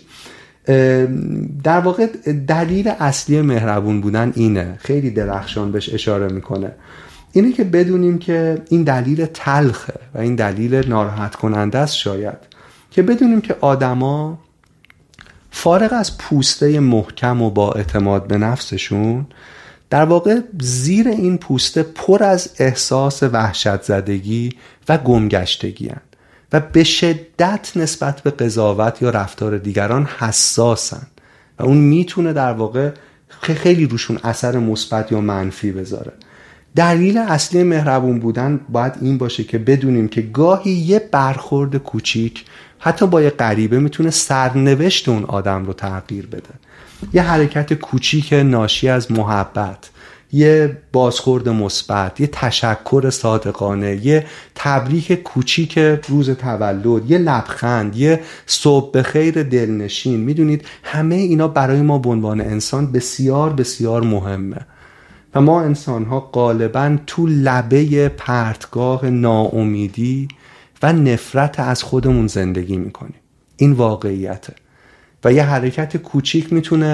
در واقع دلیل اصلی مهربون بودن اینه، خیلی درخشان بهش اشاره میکنه، اینه که بدونیم که این دلیل تلخه و این دلیل ناراحت کننده است، شاید که بدونیم که آدما فارغ از پوسته محکم و با اعتماد به نفسشون، در واقع زیر این پوسته پر از احساس وحشت زدگی و گمگشتگی هستند و به شدت نسبت به قضاوت یا رفتار دیگران حساسن و اون میتونه در واقع خیلی روشون اثر مثبت یا منفی بذاره. دلیل اصلی مهربون بودن باید این باشه که بدونیم که گاهی یه برخورد کوچیک حتی با یه غریبه میتونه سرنوشت اون آدم رو تغییر بده. یه حرکت کوچیک ناشی از محبت، یه بازخورد مثبت، یه تشکر صادقانه، یه تبریک کوچیک روز تولد، یه لبخند، یه صبح بخیر دلنشین، میدونید همه اینا برای ما به عنوان انسان بسیار بسیار مهمه و ما انسان‌ها غالباً تو لبه پرتگاه ناامیدی و نفرت از خودمون زندگی میکنیم. این واقعیته و یه حرکت کوچیک میتونه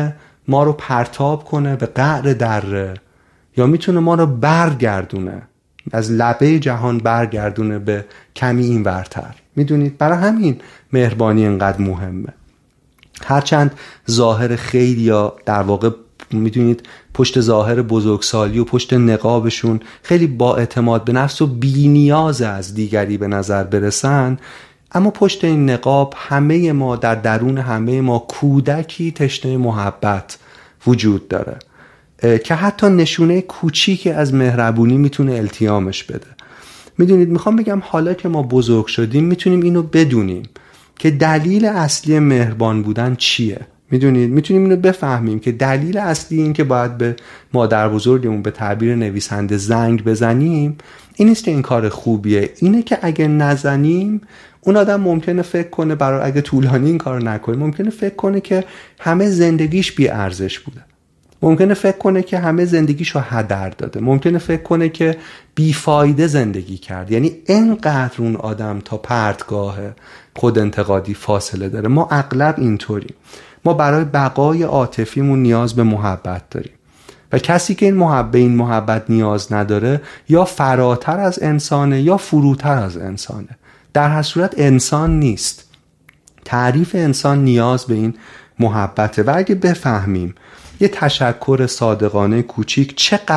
ما رو پرتاب کنه به قعر دره، یا میتونه ما رو برگردونه، از لبه جهان برگردونه به کمی این ورتر. میدونید برای همین مهربانی اینقدر مهمه. هرچند ظاهر خیلی یا در واقع میدونید پشت ظاهر بزرگسالی و پشت نقابشون خیلی با اعتماد به نفس و بی نیاز از دیگری به نظر برسن، اما پشت این نقاب همه ما، در درون همه ما کودکی تشنه محبت وجود داره که حتی نشونه کوچیکی از مهربونی میتونه التیامش بده. میدونید میخوام بگم حالا که ما بزرگ شدیم میتونیم اینو بدونیم که دلیل اصلی مهربان بودن چیه. میدونید میتونیم اینو بفهمیم که دلیل اصلی این که باید به مادر بزرگمون به تعبیر نویسنده زنگ بزنیم این نیست که این کار خوبیه، اینه که اگه نزنیم اون آدم ممکنه فکر کنه، برای اگه طولانی این کار نکنه ممکنه فکر کنه که همه زندگیش بی ارزش بوده، ممکنه فکر کنه که همه زندگیشو هدر داده، ممکنه فکر کنه که بیفایده زندگی کرد. یعنی اینقدر اون آدم تا پرتگاه خود انتقادی فاصله داره. ما اغلب اینطوریم، ما برای بقای عاطفیمون نیاز به محبت داریم و کسی که این محبت نیاز نداره یا فراتر از انسانه یا فروتر از انسانه، در هر صورت انسان نیست. تعریف انسان نیاز به این محبته و اگه بفهمیم یه تشکر صادقانه کوچیک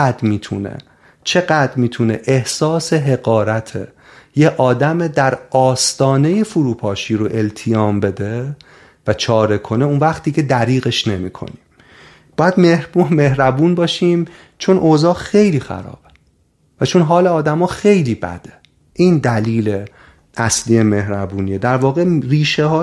چقدر میتونه احساس حقارت یه آدم در آستانه فروپاشی رو التیام بده و چاره کنه، اون وقتی که دریغش نمی کنیم. باید مهربون باشیم چون اوضاع خیلی خرابه و چون حال آدم ها خیلی بده. این دلیل اصلی مهربونیه. در واقع ریشه های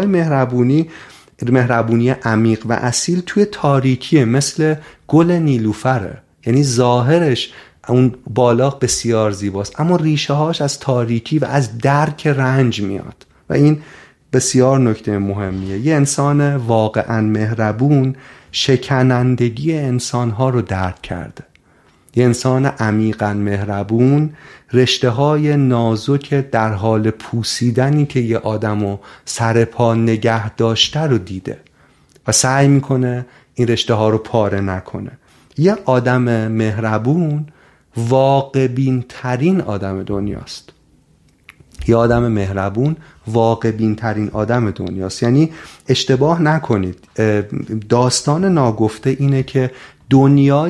مهربونی عمیق و اصیل توی تاریکیه، مثل گل نیلوفره. یعنی ظاهرش اون بالا بسیار زیباست اما ریشه هاش از تاریکی و از درک رنج میاد و این بسیار نکته مهمیه. یه انسان واقعا مهربون شکنندگی انسانها رو درک کرده. یه انسان عمیقا مهربون رشته های نازک در حال پوسیدنی که یه آدمو سر پا نگه داشته رو دیده و سعی میکنه این رشته ها رو پاره نکنه. یه آدم مهربون واقع بین ترین آدم دنیاست. یه آدم مهربون واقع بین ترین آدم دنیاست. یعنی اشتباه نکنید، داستان ناگفته اینه که دنیای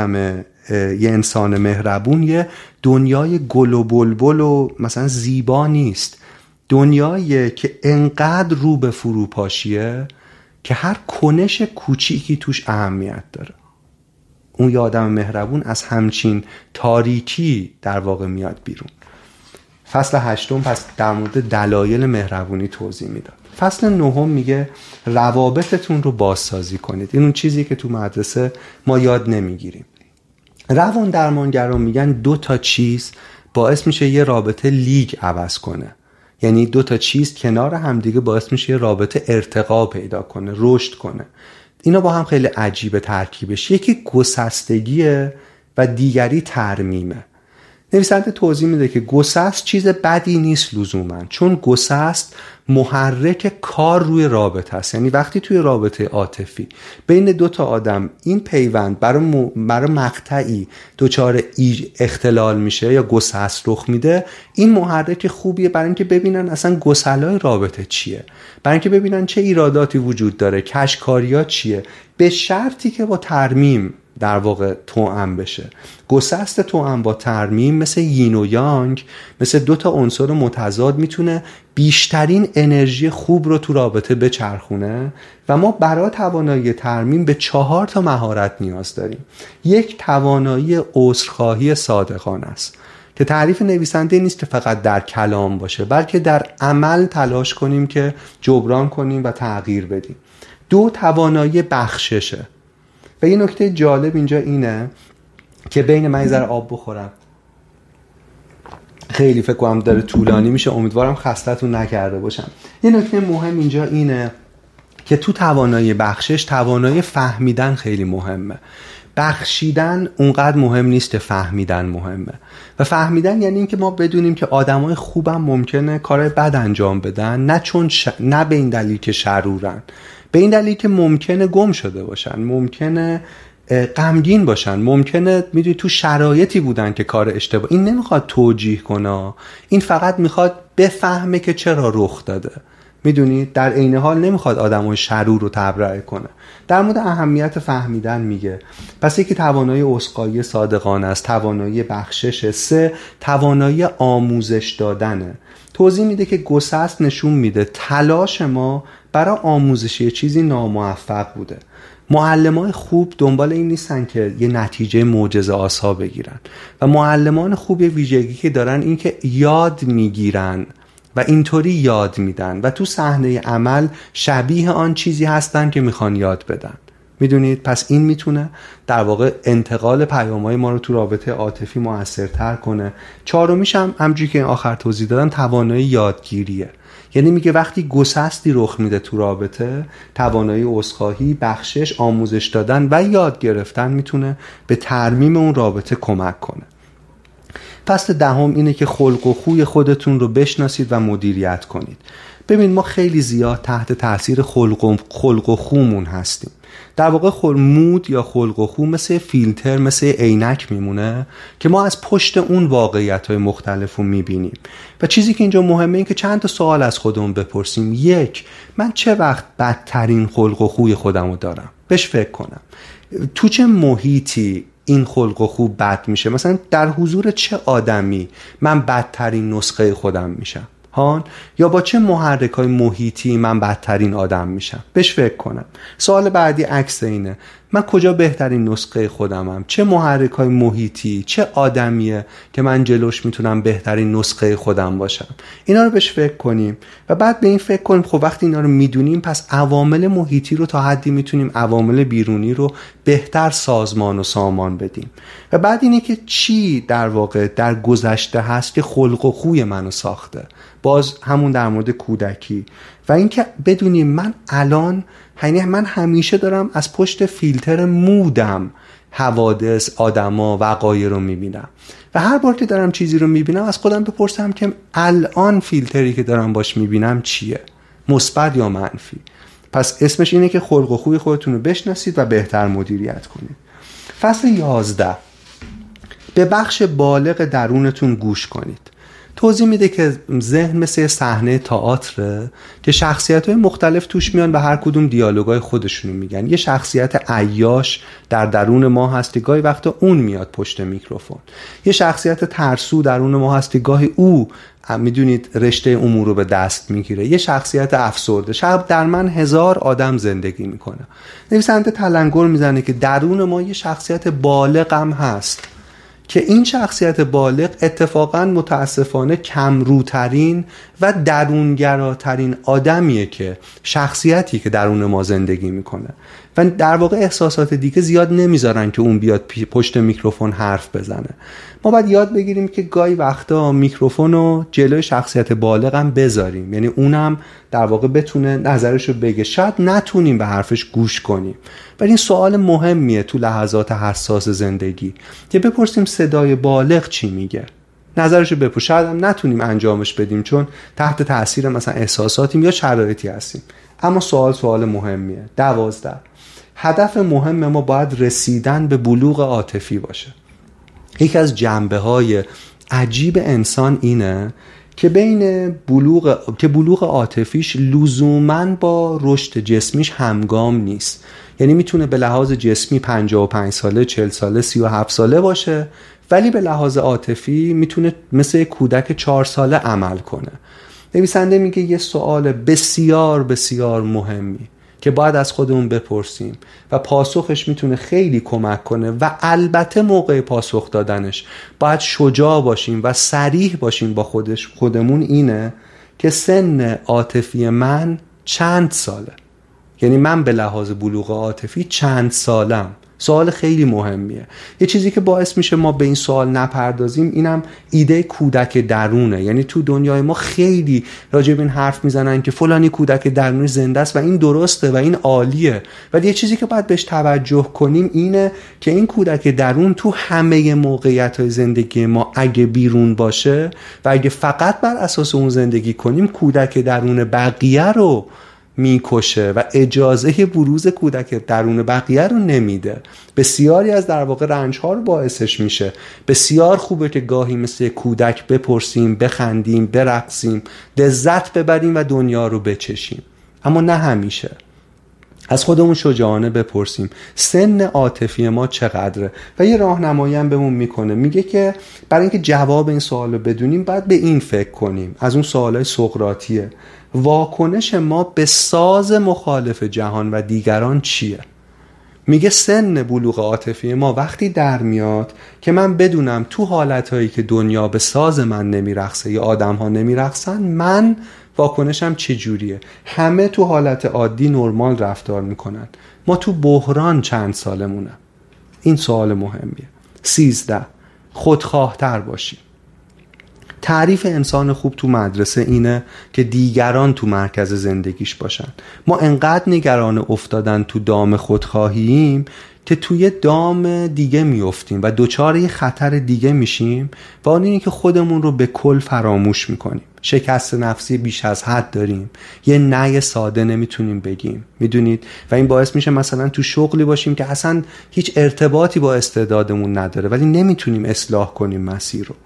یه انسان مهربون یه دنیای گل و بلبل و مثلا زیبا نیست. دنیایی که انقدر رو به فروپاشیه که هر کنش کوچیکی توش اهمیت داره. اون یه آدم مهربون از همچین تاریکی در واقع میاد بیرون. فصل 8 پس در مورد دلایل مهربونی توضیح میداد. فصل 9 میگه روابطتون رو بازسازی کنید. این اون چیزی که تو مدرسه ما یاد نمیگیریم. روان درمانگران میگن 2 چیز باعث میشه یه رابطه لیگ عوض کنه. یعنی 2 چیز کنار همدیگه باعث میشه یه رابطه ارتقا پیدا کنه، رشد کنه. اینا با هم خیلی عجیبه ترکیبش. یکی گسستگیه و دیگری ترمیمه. نویسنده توضیح میده که گسست چیز بدی نیست لزوما، چون گسست محرک کار روی رابطه است. یعنی وقتی توی رابطه عاطفی بین 2 آدم این پیوند برای مقطعی دچار اختلال میشه یا گسست رخ میده، این محرک خوبیه برای اینکه ببینن اصلا گسلای رابطه چیه، برای اینکه ببینن چه ایراداتی وجود داره، کشکاریات چیه، به شرطی که با ترمیم در واقع توأم بشه. گسست توأم با ترمیم مثل یین و یانگ، مثل 2 عنصر متضاد میتونه بیشترین انرژی خوب رو تو رابطه بچرخونه و ما برای توانایی ترمیم به 4 مهارت نیاز داریم. یک توانایی عذرخواهی صادقانه است که تعریف نویسنده نیست که فقط در کلام باشه، بلکه در عمل تلاش کنیم که جبران کنیم و تغییر بدیم. 2 توانایی بخششه. و یه نکته جالب اینجا اینه که بین من یه ذره آب بخورم، خیلی فکر کنم داره طولانی میشه، امیدوارم خستتون نکرده باشم. یه نکته مهم اینجا اینه که تو توانایی بخشش توانایی فهمیدن خیلی مهمه. بخشیدن اونقدر مهم نیست که فهمیدن مهمه. و فهمیدن یعنی اینکه ما بدونیم که آدمای خوبم ممکنه کار بد انجام بدن، نه به این دلیل که شرورن، به این دلیل که ممکنه گم شده باشن، ممکنه غمگین باشن، ممکنه میدونی تو شرایطی بودن که کار اشتباه. این نمیخواد توجیه کنه، این فقط میخواد بفهمه که چرا رخ داده. میدونید در عین حال نمیخواد آدمای شرور رو تبرئه کنه. در مورد اهمیت فهمیدن میگه پس یکی توانایی عذرخواهی صادقانه است، توانایی بخشش، 3 توانایی آموزش دادنه. توضیح میده که گسست نشون میده تلاش ما برای آموزش یه چیزی ناموفق بوده. معلمان خوب دنبال این نیستن که یه نتیجه معجزه آسا بگیرن و معلمان خوب یه ویژگی که دارن این که یاد میگیرن و اینطوری یاد میدن و تو صحنه عمل شبیه آن چیزی هستن که میخوان یاد بدن. میدونید پس این میتونه در واقع انتقال پیام‌های ما رو تو رابطه عاطفی موثرتر کنه. 4میش هم همونجوری که این آخر توضیح دادم توانایی یادگیریه. یعنی میگه وقتی گسستی رخ میده تو رابطه، توانایی عذرخواهی، بخشش، آموزش دادن و یاد گرفتن میتونه به ترمیم اون رابطه کمک کنه. فصل 10 اینه که خلق و خوی خودتون رو بشناسید و مدیریت کنید. ببین ما خیلی زیاد تحت تاثیر خلق و خومون هستیم. در واقع مود یا خلق و خو مثل فیلتر، مثل عینک میمونه که ما از پشت اون واقعیت‌های مختلف رو میبینیم. و چیزی که اینجا مهمه این که چند تا سوال از خودمون بپرسیم. 1 من چه وقت بدترین خلق و خوی خودم رو دارم؟ بهش فکر کنم. تو چه محیطی این خلق و خو بد میشه؟ مثلا در حضور چه آدمی من بدترین نسخه خودم میشم؟ یا با چه محرک‌های محیطی من بدترین آدم میشم؟ بهش فکر کنم. سوال بعدی عکس اینه. من کجا بهترین نسخه خودمم؟ چه محرک‌های محیطی، چه آدمیه که من جلوش میتونم بهترین نسخه خودم باشم؟ اینا رو بهش فکر کنیم و بعد به این فکر کنیم خب وقتی اینا رو میدونیم پس عوامل محیطی رو تا حدی میتونیم عوامل بیرونی رو بهتر سازمان و سامان بدیم. و بعد اینه که چی در واقع در گذشته هست که خلق و خوی منو ساخته. باز همون در مورد کودکی و اینکه بدونیم من الان من همیشه دارم از پشت فیلتر مودم حوادث، آدما، وقایع رو میبینم و هر بار که دارم چیزی رو میبینم از خودم بپرسم که الان فیلتری که دارم باش میبینم چیه؟ مثبت یا منفی؟ پس اسمش اینه که خلق و خوی خودتون رو بشناسید و بهتر مدیریت کنید. فصل 11 به بخش بالغ درونتون گوش کنید. توضیح میده که ذهن مثل صحنه تئاتره که شخصیت‌های مختلف توش میان و هر کدوم دیالوگای خودشونو میگن. یه شخصیت عیاش در درون ما هست که گاهی وقتا اون میاد پشت میکروفون. یه شخصیت ترسو درون ما هست که گاهی او میدونید رشته امور رو به دست میگیره. یه شخصیت افسرده. شب در من 1000 آدم زندگی میکنه. نویسنده تلنگر میزنه که درون ما یه شخصیت بالغ هم هست که این شخصیت بالغ اتفاقاً متاسفانه کمروترین و درونگراترین آدمیه که شخصیتی که درون ما زندگی میکنه و در واقع احساسات دیگه زیاد نمیذارن که اون بیاد پشت میکروفون حرف بزنه. ما باید یاد بگیریم که گاهی وقتا میکروفون رو جلوی شخصیت بالغ هم بذاریم، یعنی اونم در واقع بتونه نظرشو بگه. شاید نتونیم به حرفش گوش کنیم ولی این سوال مهمیه تو لحظات حساس زندگی که بپرسیم صدای بالغ چی میگه، نظرشو بپرسیم. شاید هم نتونیم انجامش بدیم چون تحت تاثیر مثلا احساساتیم یا شرایطی هستیم، اما سوال مهمیه. 12 هدف مهم ما باید رسیدن به بلوغ عاطفی باشه. یکی از جنبه‌های عجیب انسان اینه که بلوغ عاطفیش لزوماً با رشد جسمیش همگام نیست. یعنی میتونه به لحاظ جسمی 55 ساله، 40 ساله، 37 ساله باشه ولی به لحاظ عاطفی میتونه مثل کودک 4 ساله عمل کنه. نویسنده میگه یه سوال بسیار بسیار مهمی که باید از خودمون بپرسیم و پاسخش میتونه خیلی کمک کنه و البته موقع پاسخ دادنش باید شجاع باشیم و صریح باشیم با خودمون. اینه که سن عاطفی من چند ساله، یعنی من به لحاظ بلوغ عاطفی چند سالم، سوال خیلی مهمیه. یه چیزی که باعث میشه ما به این سوال نپردازیم اینم ایده کودک درونه. یعنی تو دنیای ما خیلی راجع به این حرف میزنن که فلانی کودک درونی زنده است و این درسته و این عالیه، ولی یه چیزی که باید بهش توجه کنیم اینه که این کودک درون تو همه موقعیت‌های زندگی ما اگه بیرون باشه و اگه فقط بر اساس اون زندگی کنیم، کودک درون بقیه رو میکشه و اجازه بروز کودک درون بقیه رو نمیده. بسیاری از در واقع رنج‌ها رو باعثش میشه. بسیار خوبه که گاهی مثل کودک بپرسیم، بخندیم، برقصیم، لذت ببریم و دنیا رو بچشیم، اما نه همیشه. از خودمون شجاعانه بپرسیم سن عاطفی ما چقدره و یه راهنمایی هم بهمون میکنه. میگه که برای اینکه جواب این سوال رو بدونیم باید به این فکر کنیم، از اون سوالای سقراطیه: واکنش ما به ساز مخالف جهان و دیگران چیه؟ میگه سن بلوغ عاطفی ما وقتی در میاد که من بدونم تو حالتهایی که دنیا به ساز من نمیرقصه یا آدم‌ها نمیرقصن، من واکنشم چجوریه. همه تو حالت عادی نرمال رفتار میکنن، ما تو بحران چند سالمونه؟ این سوال مهمیه. 13. خودخواه‌تر باشیم. تعریف انسان خوب تو مدرسه اینه که دیگران تو مرکز زندگیش باشن. ما انقدر نگران افتادن تو دام خودخواهیم که توی دام دیگه میافتیم و دوچار یه خطر دیگه میشیم و اون اینه که خودمون رو به کل فراموش میکنیم. شکست نفسی بیش از حد داریم، یه نه ساده نمیتونیم بگیم، میدونید؟ و این باعث میشه مثلا تو شغلی باشیم که اصلا هیچ ارتباطی با استعدادمون نداره ولی نمیتونیم اصلاح کنیم مسیر رو.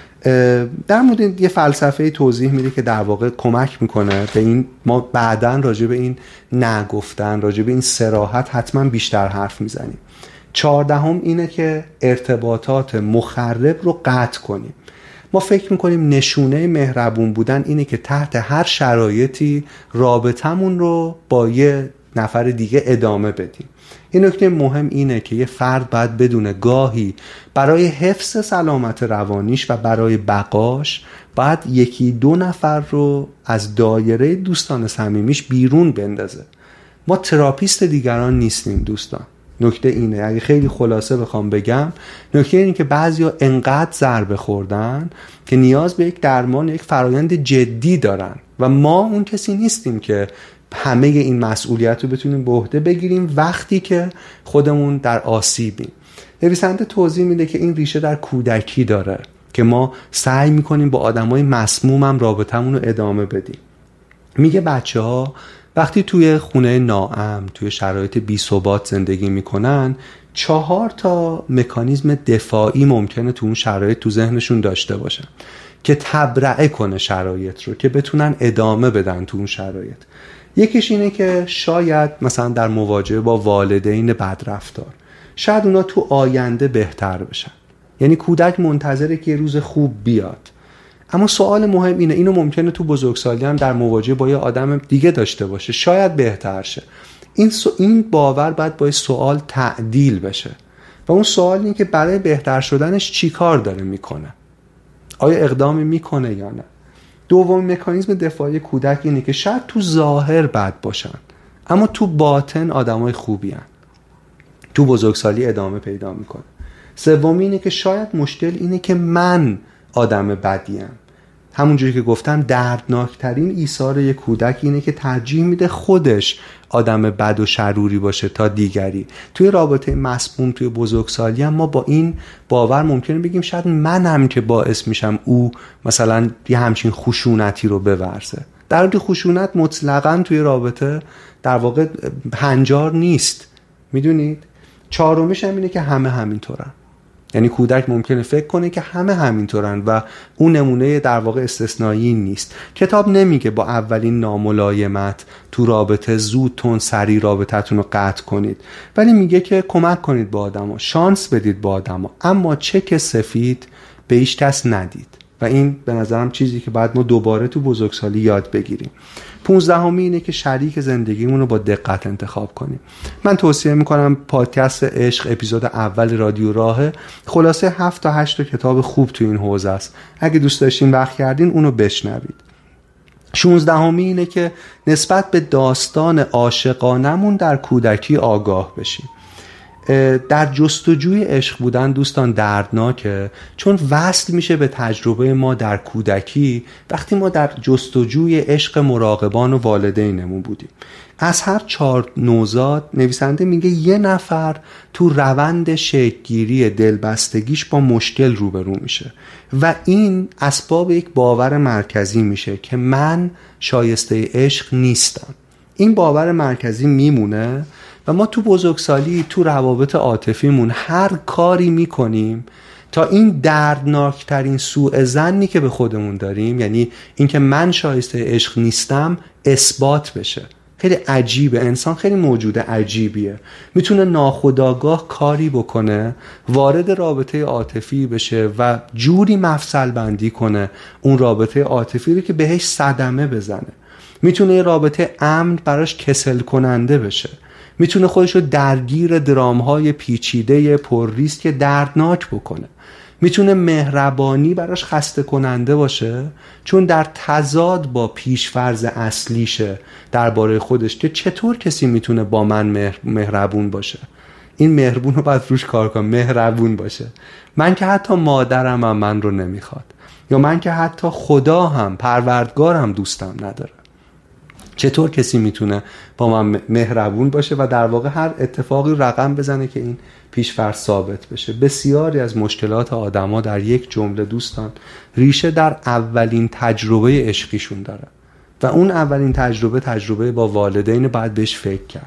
در مورد یه فلسفه توضیح میده که در واقع کمک میکنه به این. ما بعداً راجع به این نگفتن، راجع به این صراحت حتما بیشتر حرف میزنیم. 14 اینه که ارتباطات مخرب رو قطع کنیم. ما فکر میکنیم نشونه مهربون بودن اینه که تحت هر شرایطی رابطمون رو با یه نفر دیگه ادامه بدیم. این نکته مهم اینه که یه فرد باید بدونه گاهی برای حفظ سلامت روانیش و برای بقاش باید 1-2 نفر رو از دایره دوستان صمیمیش بیرون بندازه. ما تراپیست دیگران نیستیم دوستان. نکته اینه، اگه خیلی خلاصه بخوام بگم، نکته اینه که بعضیا انقدر ضربه خوردن که نیاز به یک درمان، یک فرایند جدی دارن و ما اون کسی نیستیم که همه این مسئولیت رو بتونیم به عهده بگیریم وقتی که خودمون در آسیبیم. نویسنده توضیح میده که این ریشه در کودکی داره که ما سعی میکنیم با آدمای مسموم هم رابطمون رو ادامه بدیم. میگه بچه‌ها وقتی توی خونه ناامن، توی شرایط بی‌ثبات زندگی میکنن، 4 مکانیزم دفاعی ممکنه تو اون شرایط تو ذهنشون داشته باشن که تبرئه کنه شرایط رو، که بتونن ادامه بدن تو اون شرایط. یکیش اینه که شاید مثلا در مواجهه با والدین بدرفتار شاید اونا تو آینده بهتر بشن. یعنی کودک منتظره که یه روز خوب بیاد. اما سوال مهم اینه، اینو ممکنه تو بزرگسالی هم در مواجهه با یه آدم دیگه داشته باشه، شاید بهتر شه. این باور باید با سوال تعدیل بشه و اون سوال اینه که برای بهتر شدنش چی کار داره میکنه، آیا اقدامی میکنه یا نه. دومین مکانیزم دفاعی کودک اینه که شاید تو ظاهر بد باشن اما تو باطن آدمای خوبی هن. تو بزرگسالی ادامه پیدا میکنه. سومی اینه که شاید مشکل اینه که من آدم بدیم. همونجوری که گفتم دردناکترین ایثار یک کودک اینه که ترجیح میده خودش آدم بد و شروری باشه تا دیگری. توی رابطه مسموم توی بزرگسالی هم ما با این باور ممکنه بگیم شاید منم که باعث میشم او مثلا یه همچین خشونتی رو بورزه. در حالی خشونت مطلقاً توی رابطه در واقع هنجار نیست. میدونید؟ 4میش هم اینه که همه همینطورن. یعنی کودک ممکنه فکر کنه که همه همینطورن و اون نمونه در واقع استثنایی نیست. کتاب نمیگه با اولین ناملایمت تو رابطه زود تون سری رابطتون رو قطع کنید، ولی میگه که کمک کنید با آدما، شانس بدید با آدما، اما چک سفید به هیچ کس ندید. و این به نظرم چیزی که باید ما دوباره تو بزرگسالی یاد بگیریم. 15 اینه که شریک زندگیمون رو با دقت انتخاب کنیم. من توصیه میکنم پادکست عشق اپیزود اول رادیو راهه، خلاصه 7 تا 8 کتاب خوب تو این حوزه است. اگه دوست داشتین وقت کردین اونو بشنوید. 16 اینه که نسبت به داستان عاشقانمون در کودکی آگاه بشیم. در جستجوی عشق بودن دوستان دردناکه، چون وصل میشه به تجربه ما در کودکی وقتی ما در جستجوی عشق مراقبان و والدینمون بودیم. از هر 4 نوزاد نویسنده میگه یه نفر تو روند شکل‌گیری دلبستگیش با مشکل روبرو میشه و این اسباب یک باور مرکزی میشه که من شایسته عشق نیستم. این باور مرکزی میمونه و ما تو بزرگسالی تو روابط عاطفیمون هر کاری میکنیم تا این دردناکترین سوء ظنی که به خودمون داریم، یعنی اینکه من شایسته عشق نیستم، اثبات بشه. خیلی عجیبه، انسان خیلی موجود عجیبیه، میتونه ناخودآگاه کاری بکنه، وارد رابطه عاطفی بشه و جوری مفصل بندی کنه اون رابطه عاطفی رو که بهش صدمه بزنه. میتونه یه رابطه امن براش کسل کننده بشه، میتونه خودشو درگیر درامهای پیچیده پر ریسک دردناک بکنه، میتونه مهربانی براش خسته کننده باشه چون در تضاد با پیشفرض اصلیشه درباره خودش که چطور کسی میتونه با من مهربون باشه. این مهربون رو باید روش کار کنم، مهربون باشه. من که حتی مادرم هم من رو نمیخواد، یا من که حتی خدا هم پروردگارم دوستم نداره. چطور کسی میتونه با من مهربون باشه و در واقع هر اتفاقی رقم بزنه که این پیش‌فرض ثابت بشه. بسیاری از مشکلات آدما در یک جمله دوستان ریشه در اولین تجربه عشقیشون داره و اون اولین تجربه با والدین باید بهش فکر کرد.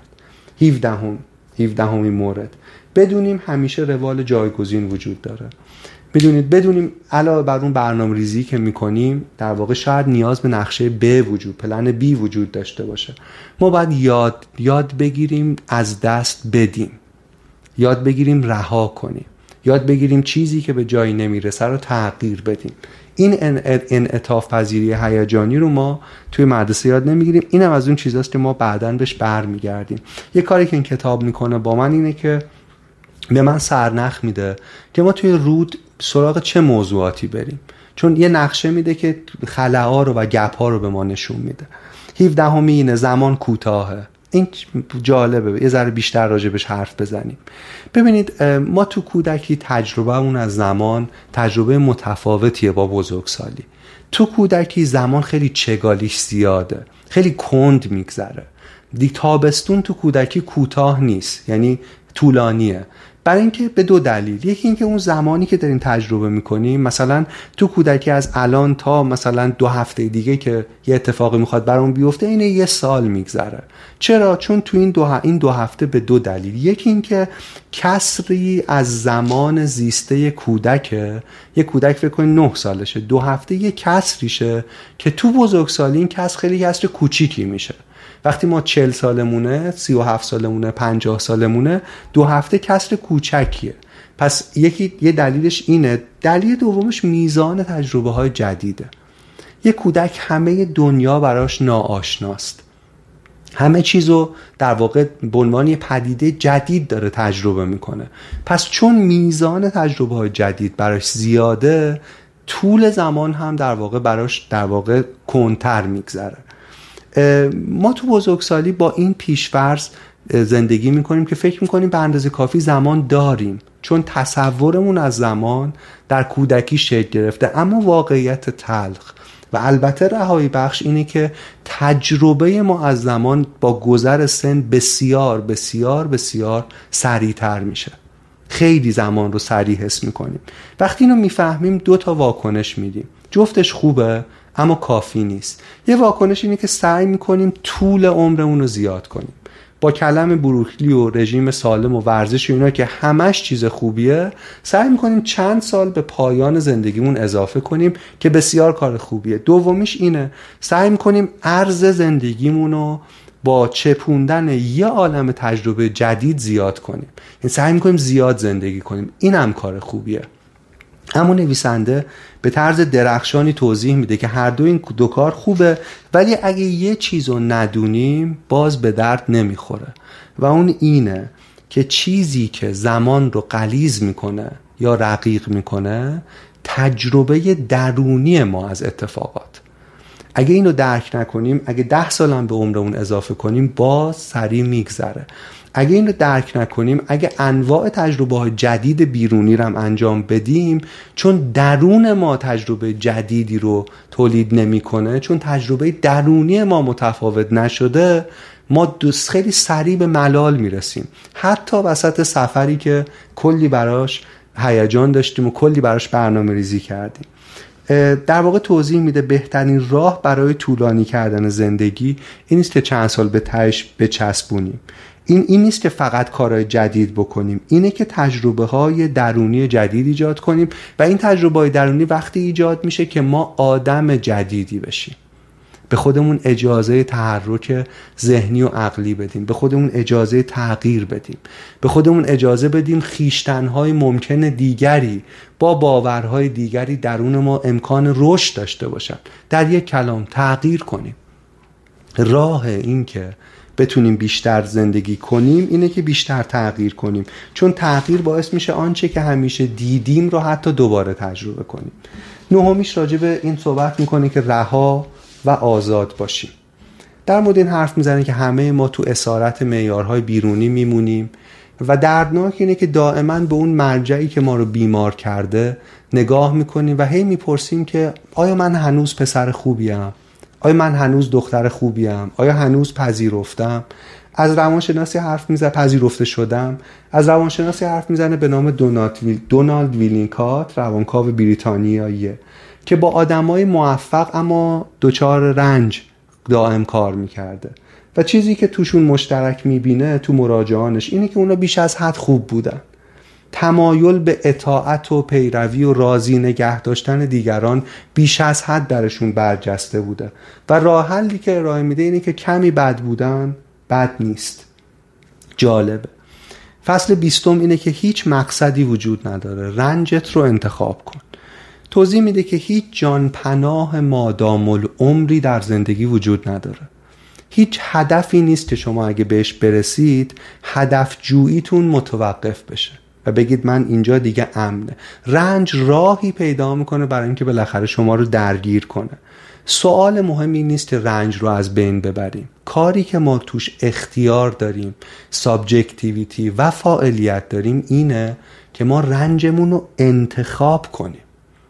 17مین مورد، بدونیم همیشه روال جایگزین وجود داره. بدونیم علاوه بر اون برنامه‌ریزی که میکنیم در واقع شاید نیاز به نقشه پلن بی وجود داشته باشه. ما باید یاد بگیریم از دست بدیم، یاد بگیریم رها کنیم، یاد بگیریم چیزی که به جایی نمیرسه رو تغییر بدیم. این انعطاف پذیری هیجانی رو ما توی مدرسه یاد نمیگیریم. اینم از اون چیزاست که ما بعداً بهش برمیگردیم. یه کاری که این کتاب میکنه با من اینه که به من سرنخ میده که ما توی رود سراغ چه موضوعاتی بریم، چون یه نقشه میده که خلاها رو و گپ‌ها رو به ما نشون میده. 17 زمان کوتاهه. این جالبه، یه ذره بیشتر راجبش حرف بزنیم. ببینید ما تو کودکی تجربهمون از زمان تجربه متفاوتیه با بزرگسالی. تو کودکی زمان خیلی چگالیش زیاده، خیلی کند میگذره. تابستون تو کودکی کوتاه نیست، یعنی طولانیه. برای اینکه به 2 دلیل. یکی اینکه اون زمانی که داریم تجربه میکنیم، مثلا تو کودکی از الان تا مثلا 2 هفته دیگه که یه اتفاقی میخواد برامون بیفته، اینه 1 سال میگذره. چرا؟ چون تو این 2 هفته به 2 دلیل. یکی اینکه کسری از زمان زیسته کودکه. یه کودک فکر کنید 9 سالشه، 2 هفته یه کسریشه که تو بزرگسالی این کسر خیلی کسر کوچیکی میشه. وقتی ما 40 سالمونه، 37 سالمونه، 50 سالمونه، 2 هفته کسر کوچکیه. پس یه دلیلش اینه. دلیل دومش میزان تجربه های جدیده. یه کودک همه دنیا براش ناآشناست، همه چیزو در واقع به عنوان یه پدیده جدید داره تجربه میکنه. پس چون میزان تجربه های جدید براش زیاده، طول زمان هم براش کندتر میگذره. ما تو بزرگسالی با این پیش‌فرض زندگی میکنیم که فکر میکنیم به اندازه کافی زمان داریم، چون تصورمون از زمان در کودکی شکل گرفته. اما واقعیت تلخ و البته رهایی بخش اینه که تجربه ما از زمان با گذر سن بسیار بسیار بسیار سریعتر میشه. خیلی زمان رو سریع حس میکنیم. وقتی اینو میفهمیم 2 تا واکنش میدیم. جفتش خوبه اما کافی نیست. یه واکنش اینه که سعی میکنیم طول عمرمون رو زیاد کنیم. با کلم بروکلی و رژیم سالم و ورزش و اینا که همش چیز خوبیه، سعی میکنیم چند سال به پایان زندگیمون اضافه کنیم که بسیار کار خوبیه. دومیش اینه سعی میکنیم عرض زندگیمون رو با چپوندن یه عالم تجربه جدید زیاد کنیم. یعنی سعی میکنیم زیاد زندگی کنیم. این هم کار خوبیه. اما نویسنده به طرز درخشانی توضیح میده که هر این 2 کار خوبه، ولی اگه یه چیزو ندونیم باز به درد نمیخوره و اون اینه که چیزی که زمان رو غلیظ میکنه یا رقیق میکنه تجربه درونی ما از اتفاقات. اگه اینو درک نکنیم، اگه 10 سال هم به عمرمون اضافه کنیم، باز سریع میگذره. اگه اینو درک نکنیم، اگه انواع تجربه‌های جدید بیرونی رو هم انجام بدیم، چون درون ما تجربه جدیدی رو تولید نمی‌کنه، چون تجربه درونی ما متفاوت نشده، ما خیلی سریع به ملال میرسیم. حتی وسط سفری که کلی براش هیجان داشتیم و کلی براش برنامه‌ریزی کردیم. در واقع توضیح میده بهترین راه برای طولانی کردن زندگی این نیست که چند سال به تهش بچسبونیم. این نیست که فقط کارهای جدید بکنیم، اینه که تجربه های درونی جدید ایجاد کنیم و این تجربه های درونی وقتی ایجاد میشه که ما آدم جدیدی بشیم. به خودمون اجازه تحرک ذهنی و عقلی بدیم، به خودمون اجازه تغییر بدیم، به خودمون اجازه بدیم خیشتن‌های ممکن دیگری با باورهای دیگری درون ما امکان رشد داشته باشن. در یک کلام تغییر کنیم. راه این که بتونیم بیشتر زندگی کنیم اینه که بیشتر تغییر کنیم، چون تغییر باعث میشه آنچه که همیشه دیدیم رو حتی دوباره تجربه کنیم. نهمیش راجع به این صحبت میکنه که رها و آزاد باشیم. در مورد این حرف میزنه که همه ما تو اسارت معیارهای بیرونی میمونیم و دردناک اینه که دائما به اون مرجعی که ما رو بیمار کرده نگاه میکنیم و هی میپرسیم که آیا من هنوز پسر خوبیم؟ آیا من هنوز دختر خوبیم؟ آیا هنوز پذیرفتم؟ از روانشناسی حرف میزنه، پذیرفته شدم. از روانشناسی حرف میزنه به نام دونالد ویلینکات، روانکاو بریتانیاییه که با آدمای موفق اما دچار رنج دائم کار میکرده و چیزی که توشون مشترک میبینه تو مراجعانش اینه که اونا بیش از حد خوب بودن. تمایل به اطاعت و پیروی و راضی نگه داشتن دیگران بیش از حد درشون برجسته بوده و راه حلی که ارائه میده اینه که کمی بد بودن بد نیست. جالبه. فصل 20 اینه که هیچ مقصدی وجود نداره، رنجت رو انتخاب کن. توضیح میده که هیچ جان پناه مادام العمری در زندگی وجود نداره. هیچ هدفی نیست که شما اگه بهش برسید هدف جوییتون متوقف بشه و بگید من اینجا دیگه امنه. رنج راهی پیدا میکنه برای اینکه بالاخره شما رو درگیر کنه. سوال مهمی نیست که رنج رو از بین ببریم. کاری که ما توش اختیار داریم، سابجکتیویتی و فاعلیت داریم اینه که ما رنجمون رو انتخاب کنیم.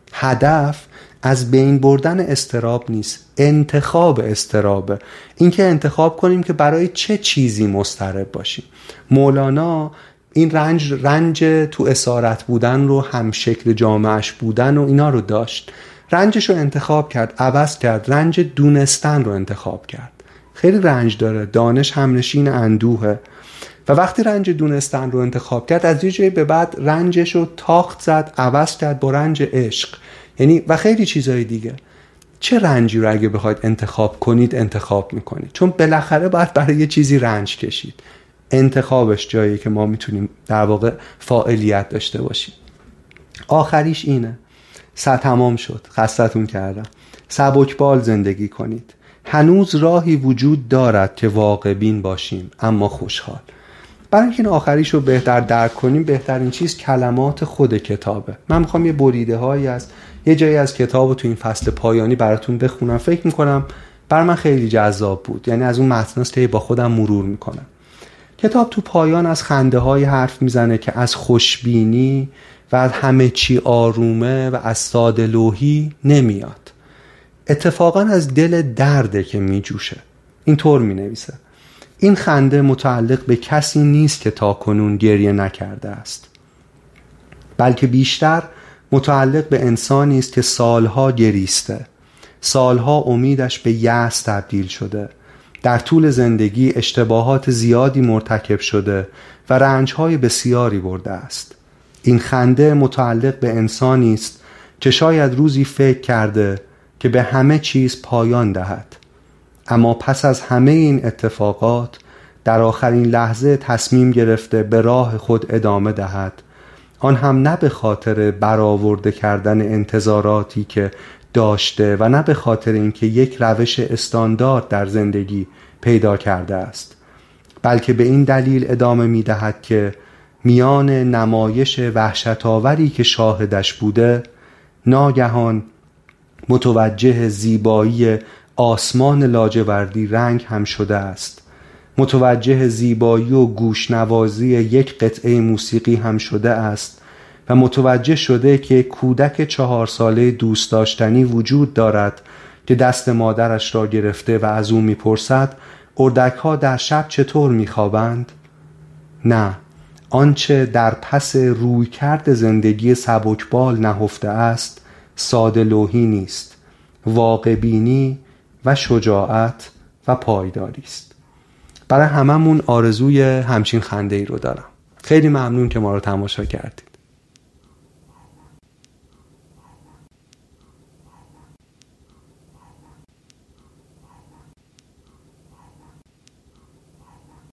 هدف از بین بردن اضطراب نیست، انتخاب اضطرابه. این که انتخاب کنیم که برای چه چیزی مضطرب باشیم. مولانا این رنج تو اسارت بودن رو، هم شکل جامعش بودن و اینا رو داشت. رنجش رو انتخاب کرد، عوض کرد، رنج دونستن رو انتخاب کرد. خیلی رنج داره، دانش همنشین اندوهه و وقتی رنج دونستن رو انتخاب کرد از یه جایی به بعد رنجش رو تاخت زد، عوض کرد با رنج عشق، یعنی و خیلی چیزهای دیگه. چه رنجی رو اگه بخواید انتخاب کنید انتخاب میکنید؟ چون بالاخره باید برای یه چیزی رنج کشید. انتخابش جایی که ما میتونیم در واقع فاعلیت داشته باشیم. آخریش اینه. تمام شد، خستتون کردم. سبکبال زندگی کنید. هنوز راهی وجود دارد که واقع بین باشیم اما خوشحال. برای اینکه این آخریش رو بهتر درک کنیم بهترین چیز کلمات خود کتابه. من میخوام یه بریده هایی از یه جایی از کتاب رو تو این فصل پایانی براتون بخونم. فکر میکنم بر من خیلی جذاب بود، یعنی از اون متناست با خودم مرور میکنم. کتاب تو پایان از خنده های حرف میزنه که از خوشبینی و از همه چی آرومه و از ساده لوحی نمیاد. اتفاقا از دل درده که میجوشه. اینطور مینویسه: این خنده متعلق به کسی نیست که تا کنون گریه نکرده است، بلکه بیشتر متعلق به انسانی است که سالها گریسته، سالها امیدش به یأس تبدیل شده، در طول زندگی اشتباهات زیادی مرتکب شده و رنجهای بسیاری برده است. این خنده متعلق به انسانی است که شاید روزی فکر کرده که به همه چیز پایان دهد، اما پس از همه این اتفاقات در آخرین لحظه تصمیم گرفته به راه خود ادامه دهد، آن هم نه به خاطر برآورده کردن انتظاراتی که داشته و نه به خاطر اینکه یک روش استاندارد در زندگی پیدا کرده است، بلکه به این دلیل ادامه می دهد که میان نمایش وحشت‌آوری که شاهدش بوده ناگهان متوجه زیبایی آسمان لاجوردی رنگ هم شده است. متوجه زیبایی و گوشنوازی یک قطعه موسیقی هم شده است و متوجه شده که کودک 4 ساله دوست داشتنی وجود دارد که دست مادرش را گرفته و از او میپرسد اردک‌ها در شب چطور میخوابند؟ نه، آنچه در پس رویکرد زندگی سبکبال نهفته است ساده لوحی نیست، واقع‌بینی و شجاعت و پایداری است. برای هممون آرزوی همچین خنده‌ای رو دارم. خیلی ممنون که ما رو تماشا کردید.